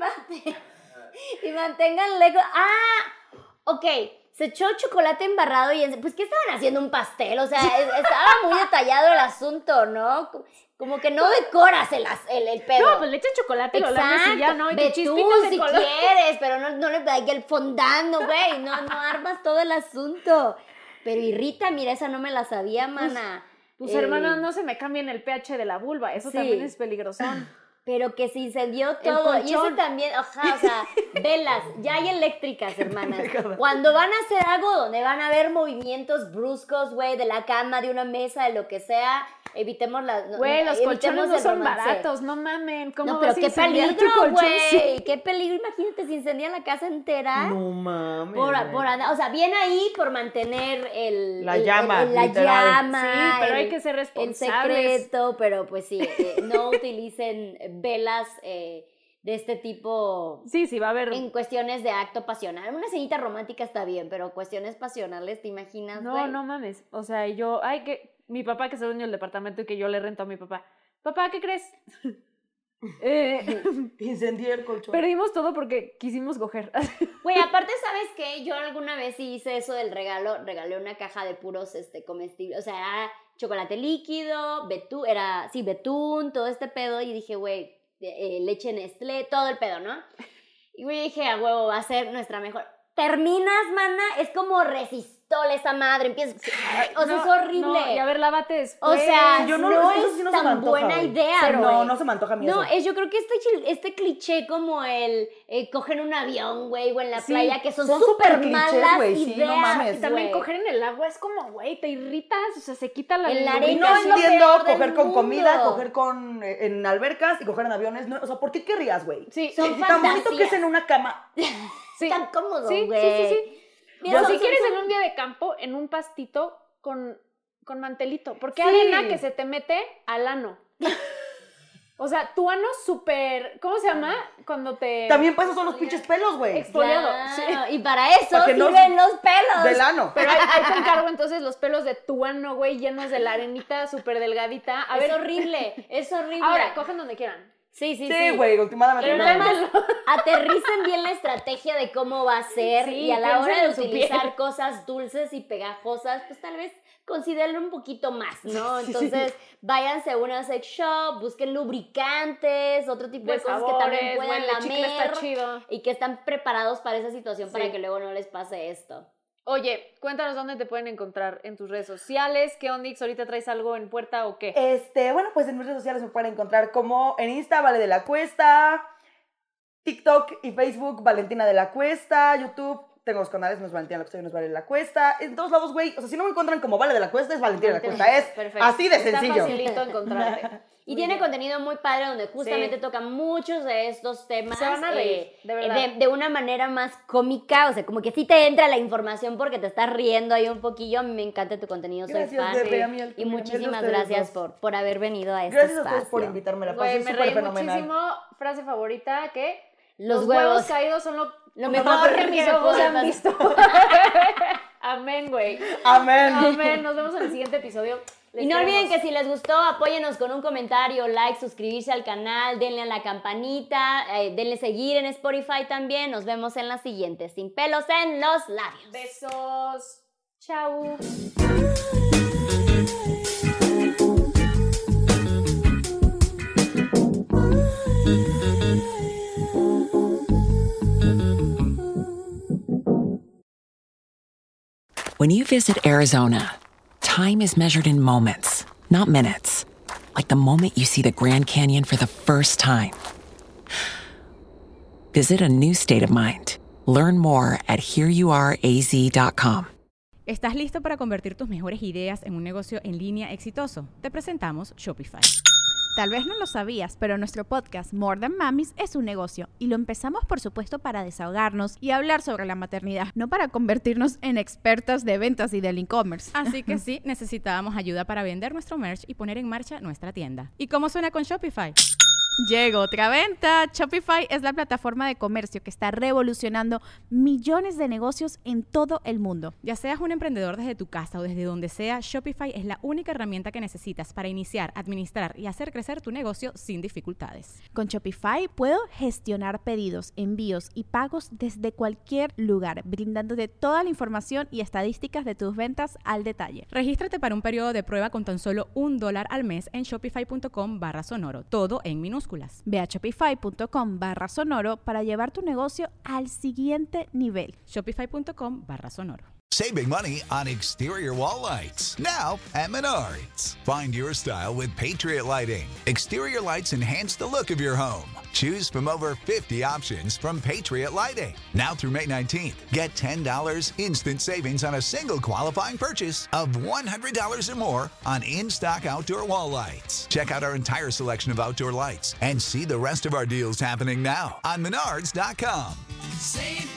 y mantengan lejos. ¡Ah! Ok, se echó chocolate embarrado y... Pues, ¿qué estaban haciendo? ¿Un pastel? O sea, estaba muy detallado el asunto, ¿no? Como que no decoras el pedo. No, pues le echas chocolate y lo lames y ya, ¿no? Y Ve te tú chispitas de si color. quieres, pero no le da el fondando, güey. No armas todo el asunto. Pero irrita, mira, esa no me la sabía, mana. Tus hermanas no se me cambien el pH de la vulva, eso Sí. también es peligrosón. Pero que se incendió todo. Y eso colchón. también, ajá, o sea, velas, ya hay eléctricas, hermanas. Cuando van a hacer algo donde van a haber movimientos bruscos, güey, de la cama, de una mesa, de lo que sea, evitemos las... Güey, los colchones no el son romance. baratos, no mamen. ¿Cómo No, pero vas a qué incendiar tu peligro, colchón? Sí. güey. Qué peligro, imagínate, se incendia la casa entera. No mames. Por güey. andar, o sea, bien ahí por mantener La llama, la literal. llama, Sí, pero hay que ser el responsables. secreto, pero pues sí, no utilicen velas de este tipo Sí, va a haber... en cuestiones de acto pasional. Una cenita romántica está bien, pero cuestiones pasionales, ¿te imaginas, güey? No mames. O sea, yo... Ay, que... Mi papá que se dueño del departamento y que yo le rento a mi papá. Papá, ¿qué crees? Incendié el colchón. Perdimos todo porque quisimos coger. Güey, aparte, ¿sabes qué? Yo alguna vez sí hice eso del regalo, regalé una caja de puros comestibles, o sea, era chocolate líquido, betún, todo este pedo, y dije, güey, leche Nestlé, todo el pedo, ¿no? Y güey, dije, a huevo, va a ser nuestra mejor. Terminas, mana, es como resistol esa madre, empieza, o sea, es horrible. No, y a ver, lávate O después. sea, Yo no, eso es sí no se me tan antoja, buena güey. idea, Cero, güey. no se me antoja a mí No, eso. yo creo que este cliché como el coger un avión, güey, o en la Sí, playa, que son son súper súper clichés, malas güey, sí, no ideas, mames. Y también güey. coger en el agua es como, güey, te irritas, o sea, se quita la En la Y arena no es lo entiendo peor del coger con mundo. comida, coger con en albercas y coger en aviones. No, o sea, ¿por qué querrías, güey? Sí, Son Tan bonito que es fantasías. en una cama. sí. Tan cómodo, Sí, güey. sí. Mira, O si son- quieres son- en un día de campo, en un pastito con mantelito. Porque Sí. arena que se te mete al ano. O sea, tu ano súper... ¿Cómo se llama? Cuando te... También para eso son los pinches pelos, güey. exfoliado. Claro, Sí. y para eso Para que no- sirven los pelos. Del ano. Pero ahí te encargo entonces los pelos de tu ano, güey, llenos de la arenita súper delgadita. A Es ver, horrible, es horrible. ahora, cogen donde quieran. Sí, sí, Sí, güey, últimamente. Pero no. nada más aterricen bien la estrategia de cómo va a ser Sí, y a la hora piensen de en su utilizar piel. cosas dulces y pegajosas, pues tal vez consideren un poquito más, ¿no? Entonces, váyanse a una sex shop, busquen lubricantes, otro tipo de, De cosas que también sabores, puedan güey, el chicle está lamer chido. y que están preparados para esa situación Sí. para que luego no les pase esto. Oye, cuéntanos dónde te pueden encontrar en tus redes sociales. ¿Qué Ondix? ¿Ahorita traes algo en puerta o qué? Bueno, pues en mis redes sociales me pueden encontrar como en Insta, Vale de la Cuesta, TikTok y Facebook, Valentina de la Cuesta, YouTube, Tengo 2 canales, uno es Valentina La Cuesta y uno es Vale la Cuesta. En todos lados, güey, o sea, si no me encuentran como Vale de la Cuesta, es Valentina La Cuesta. Es Perfecto. así de Está sencillo. facilito encontrarte. Y tiene contenido muy padre donde justamente Sí. toca muchos de estos temas. Se van a reír, de verdad. De una manera más cómica, o sea, como que sí te entra la información porque te estás riendo ahí un poquillo. A mí me encanta tu contenido, soy Gracias, fan. Bebe, a mí el- Y a mí muchísimas ustedes gracias dos. por haber venido a este Gracias a espacio. ustedes por invitarme, la Güey, pasé me súper reí fenomenal. muchísimo. Frase favorita, ¿qué? Los huevos caídos son lo mejor que que mis me ojos puede han pasar. visto. Amén, güey. Amén. Amén. Nos vemos en el siguiente episodio. Les Y no olviden queremos. que si les gustó, apóyenos con un comentario, like, suscribirse al canal, denle a la campanita, denle seguir en Spotify también. Nos vemos en la siguiente. Sin pelos en los labios. Besos. Chau. When you visit Arizona, time is measured in moments, not minutes. Like the moment you see the Grand Canyon for the first time. Visit a new state of mind. Learn more at hereyouareaz.com. ¿Estás listo para convertir tus mejores ideas en un negocio en línea exitoso? Te presentamos Shopify. Tal vez no lo sabías, pero nuestro podcast More Than Mamis es un negocio y lo empezamos por supuesto para desahogarnos y hablar sobre la maternidad, no para convertirnos en expertas de ventas y del e-commerce. Así que sí, necesitábamos ayuda para vender nuestro merch y poner en marcha nuestra tienda. ¿Y cómo suena con Shopify? Llegó otra venta. Shopify es la plataforma de comercio que está revolucionando millones de negocios en todo el mundo. Ya seas un emprendedor desde tu casa o desde donde sea, Shopify es la única herramienta que necesitas para iniciar, administrar y hacer crecer tu negocio sin dificultades. Con Shopify puedo gestionar pedidos, envíos y pagos desde cualquier lugar, brindándote toda la información y estadísticas de tus ventas al detalle. Regístrate para un periodo de prueba con tan solo $1 al mes en shopify.com/sonoro, todo en minúsculas. Ve a shopify.com/sonoro para llevar tu negocio al siguiente nivel. Shopify.com/sonoro. Saving money on exterior wall lights. Now at Menards. Find your style with Patriot Lighting. Exterior lights enhance the look of your home. Choose from over 50 options from Patriot Lighting. Now through May 19th, get $10 instant savings on a single qualifying purchase of $100 or more on in-stock outdoor wall lights. Check out our entire selection of outdoor lights and see the rest of our deals happening now on Menards.com. Save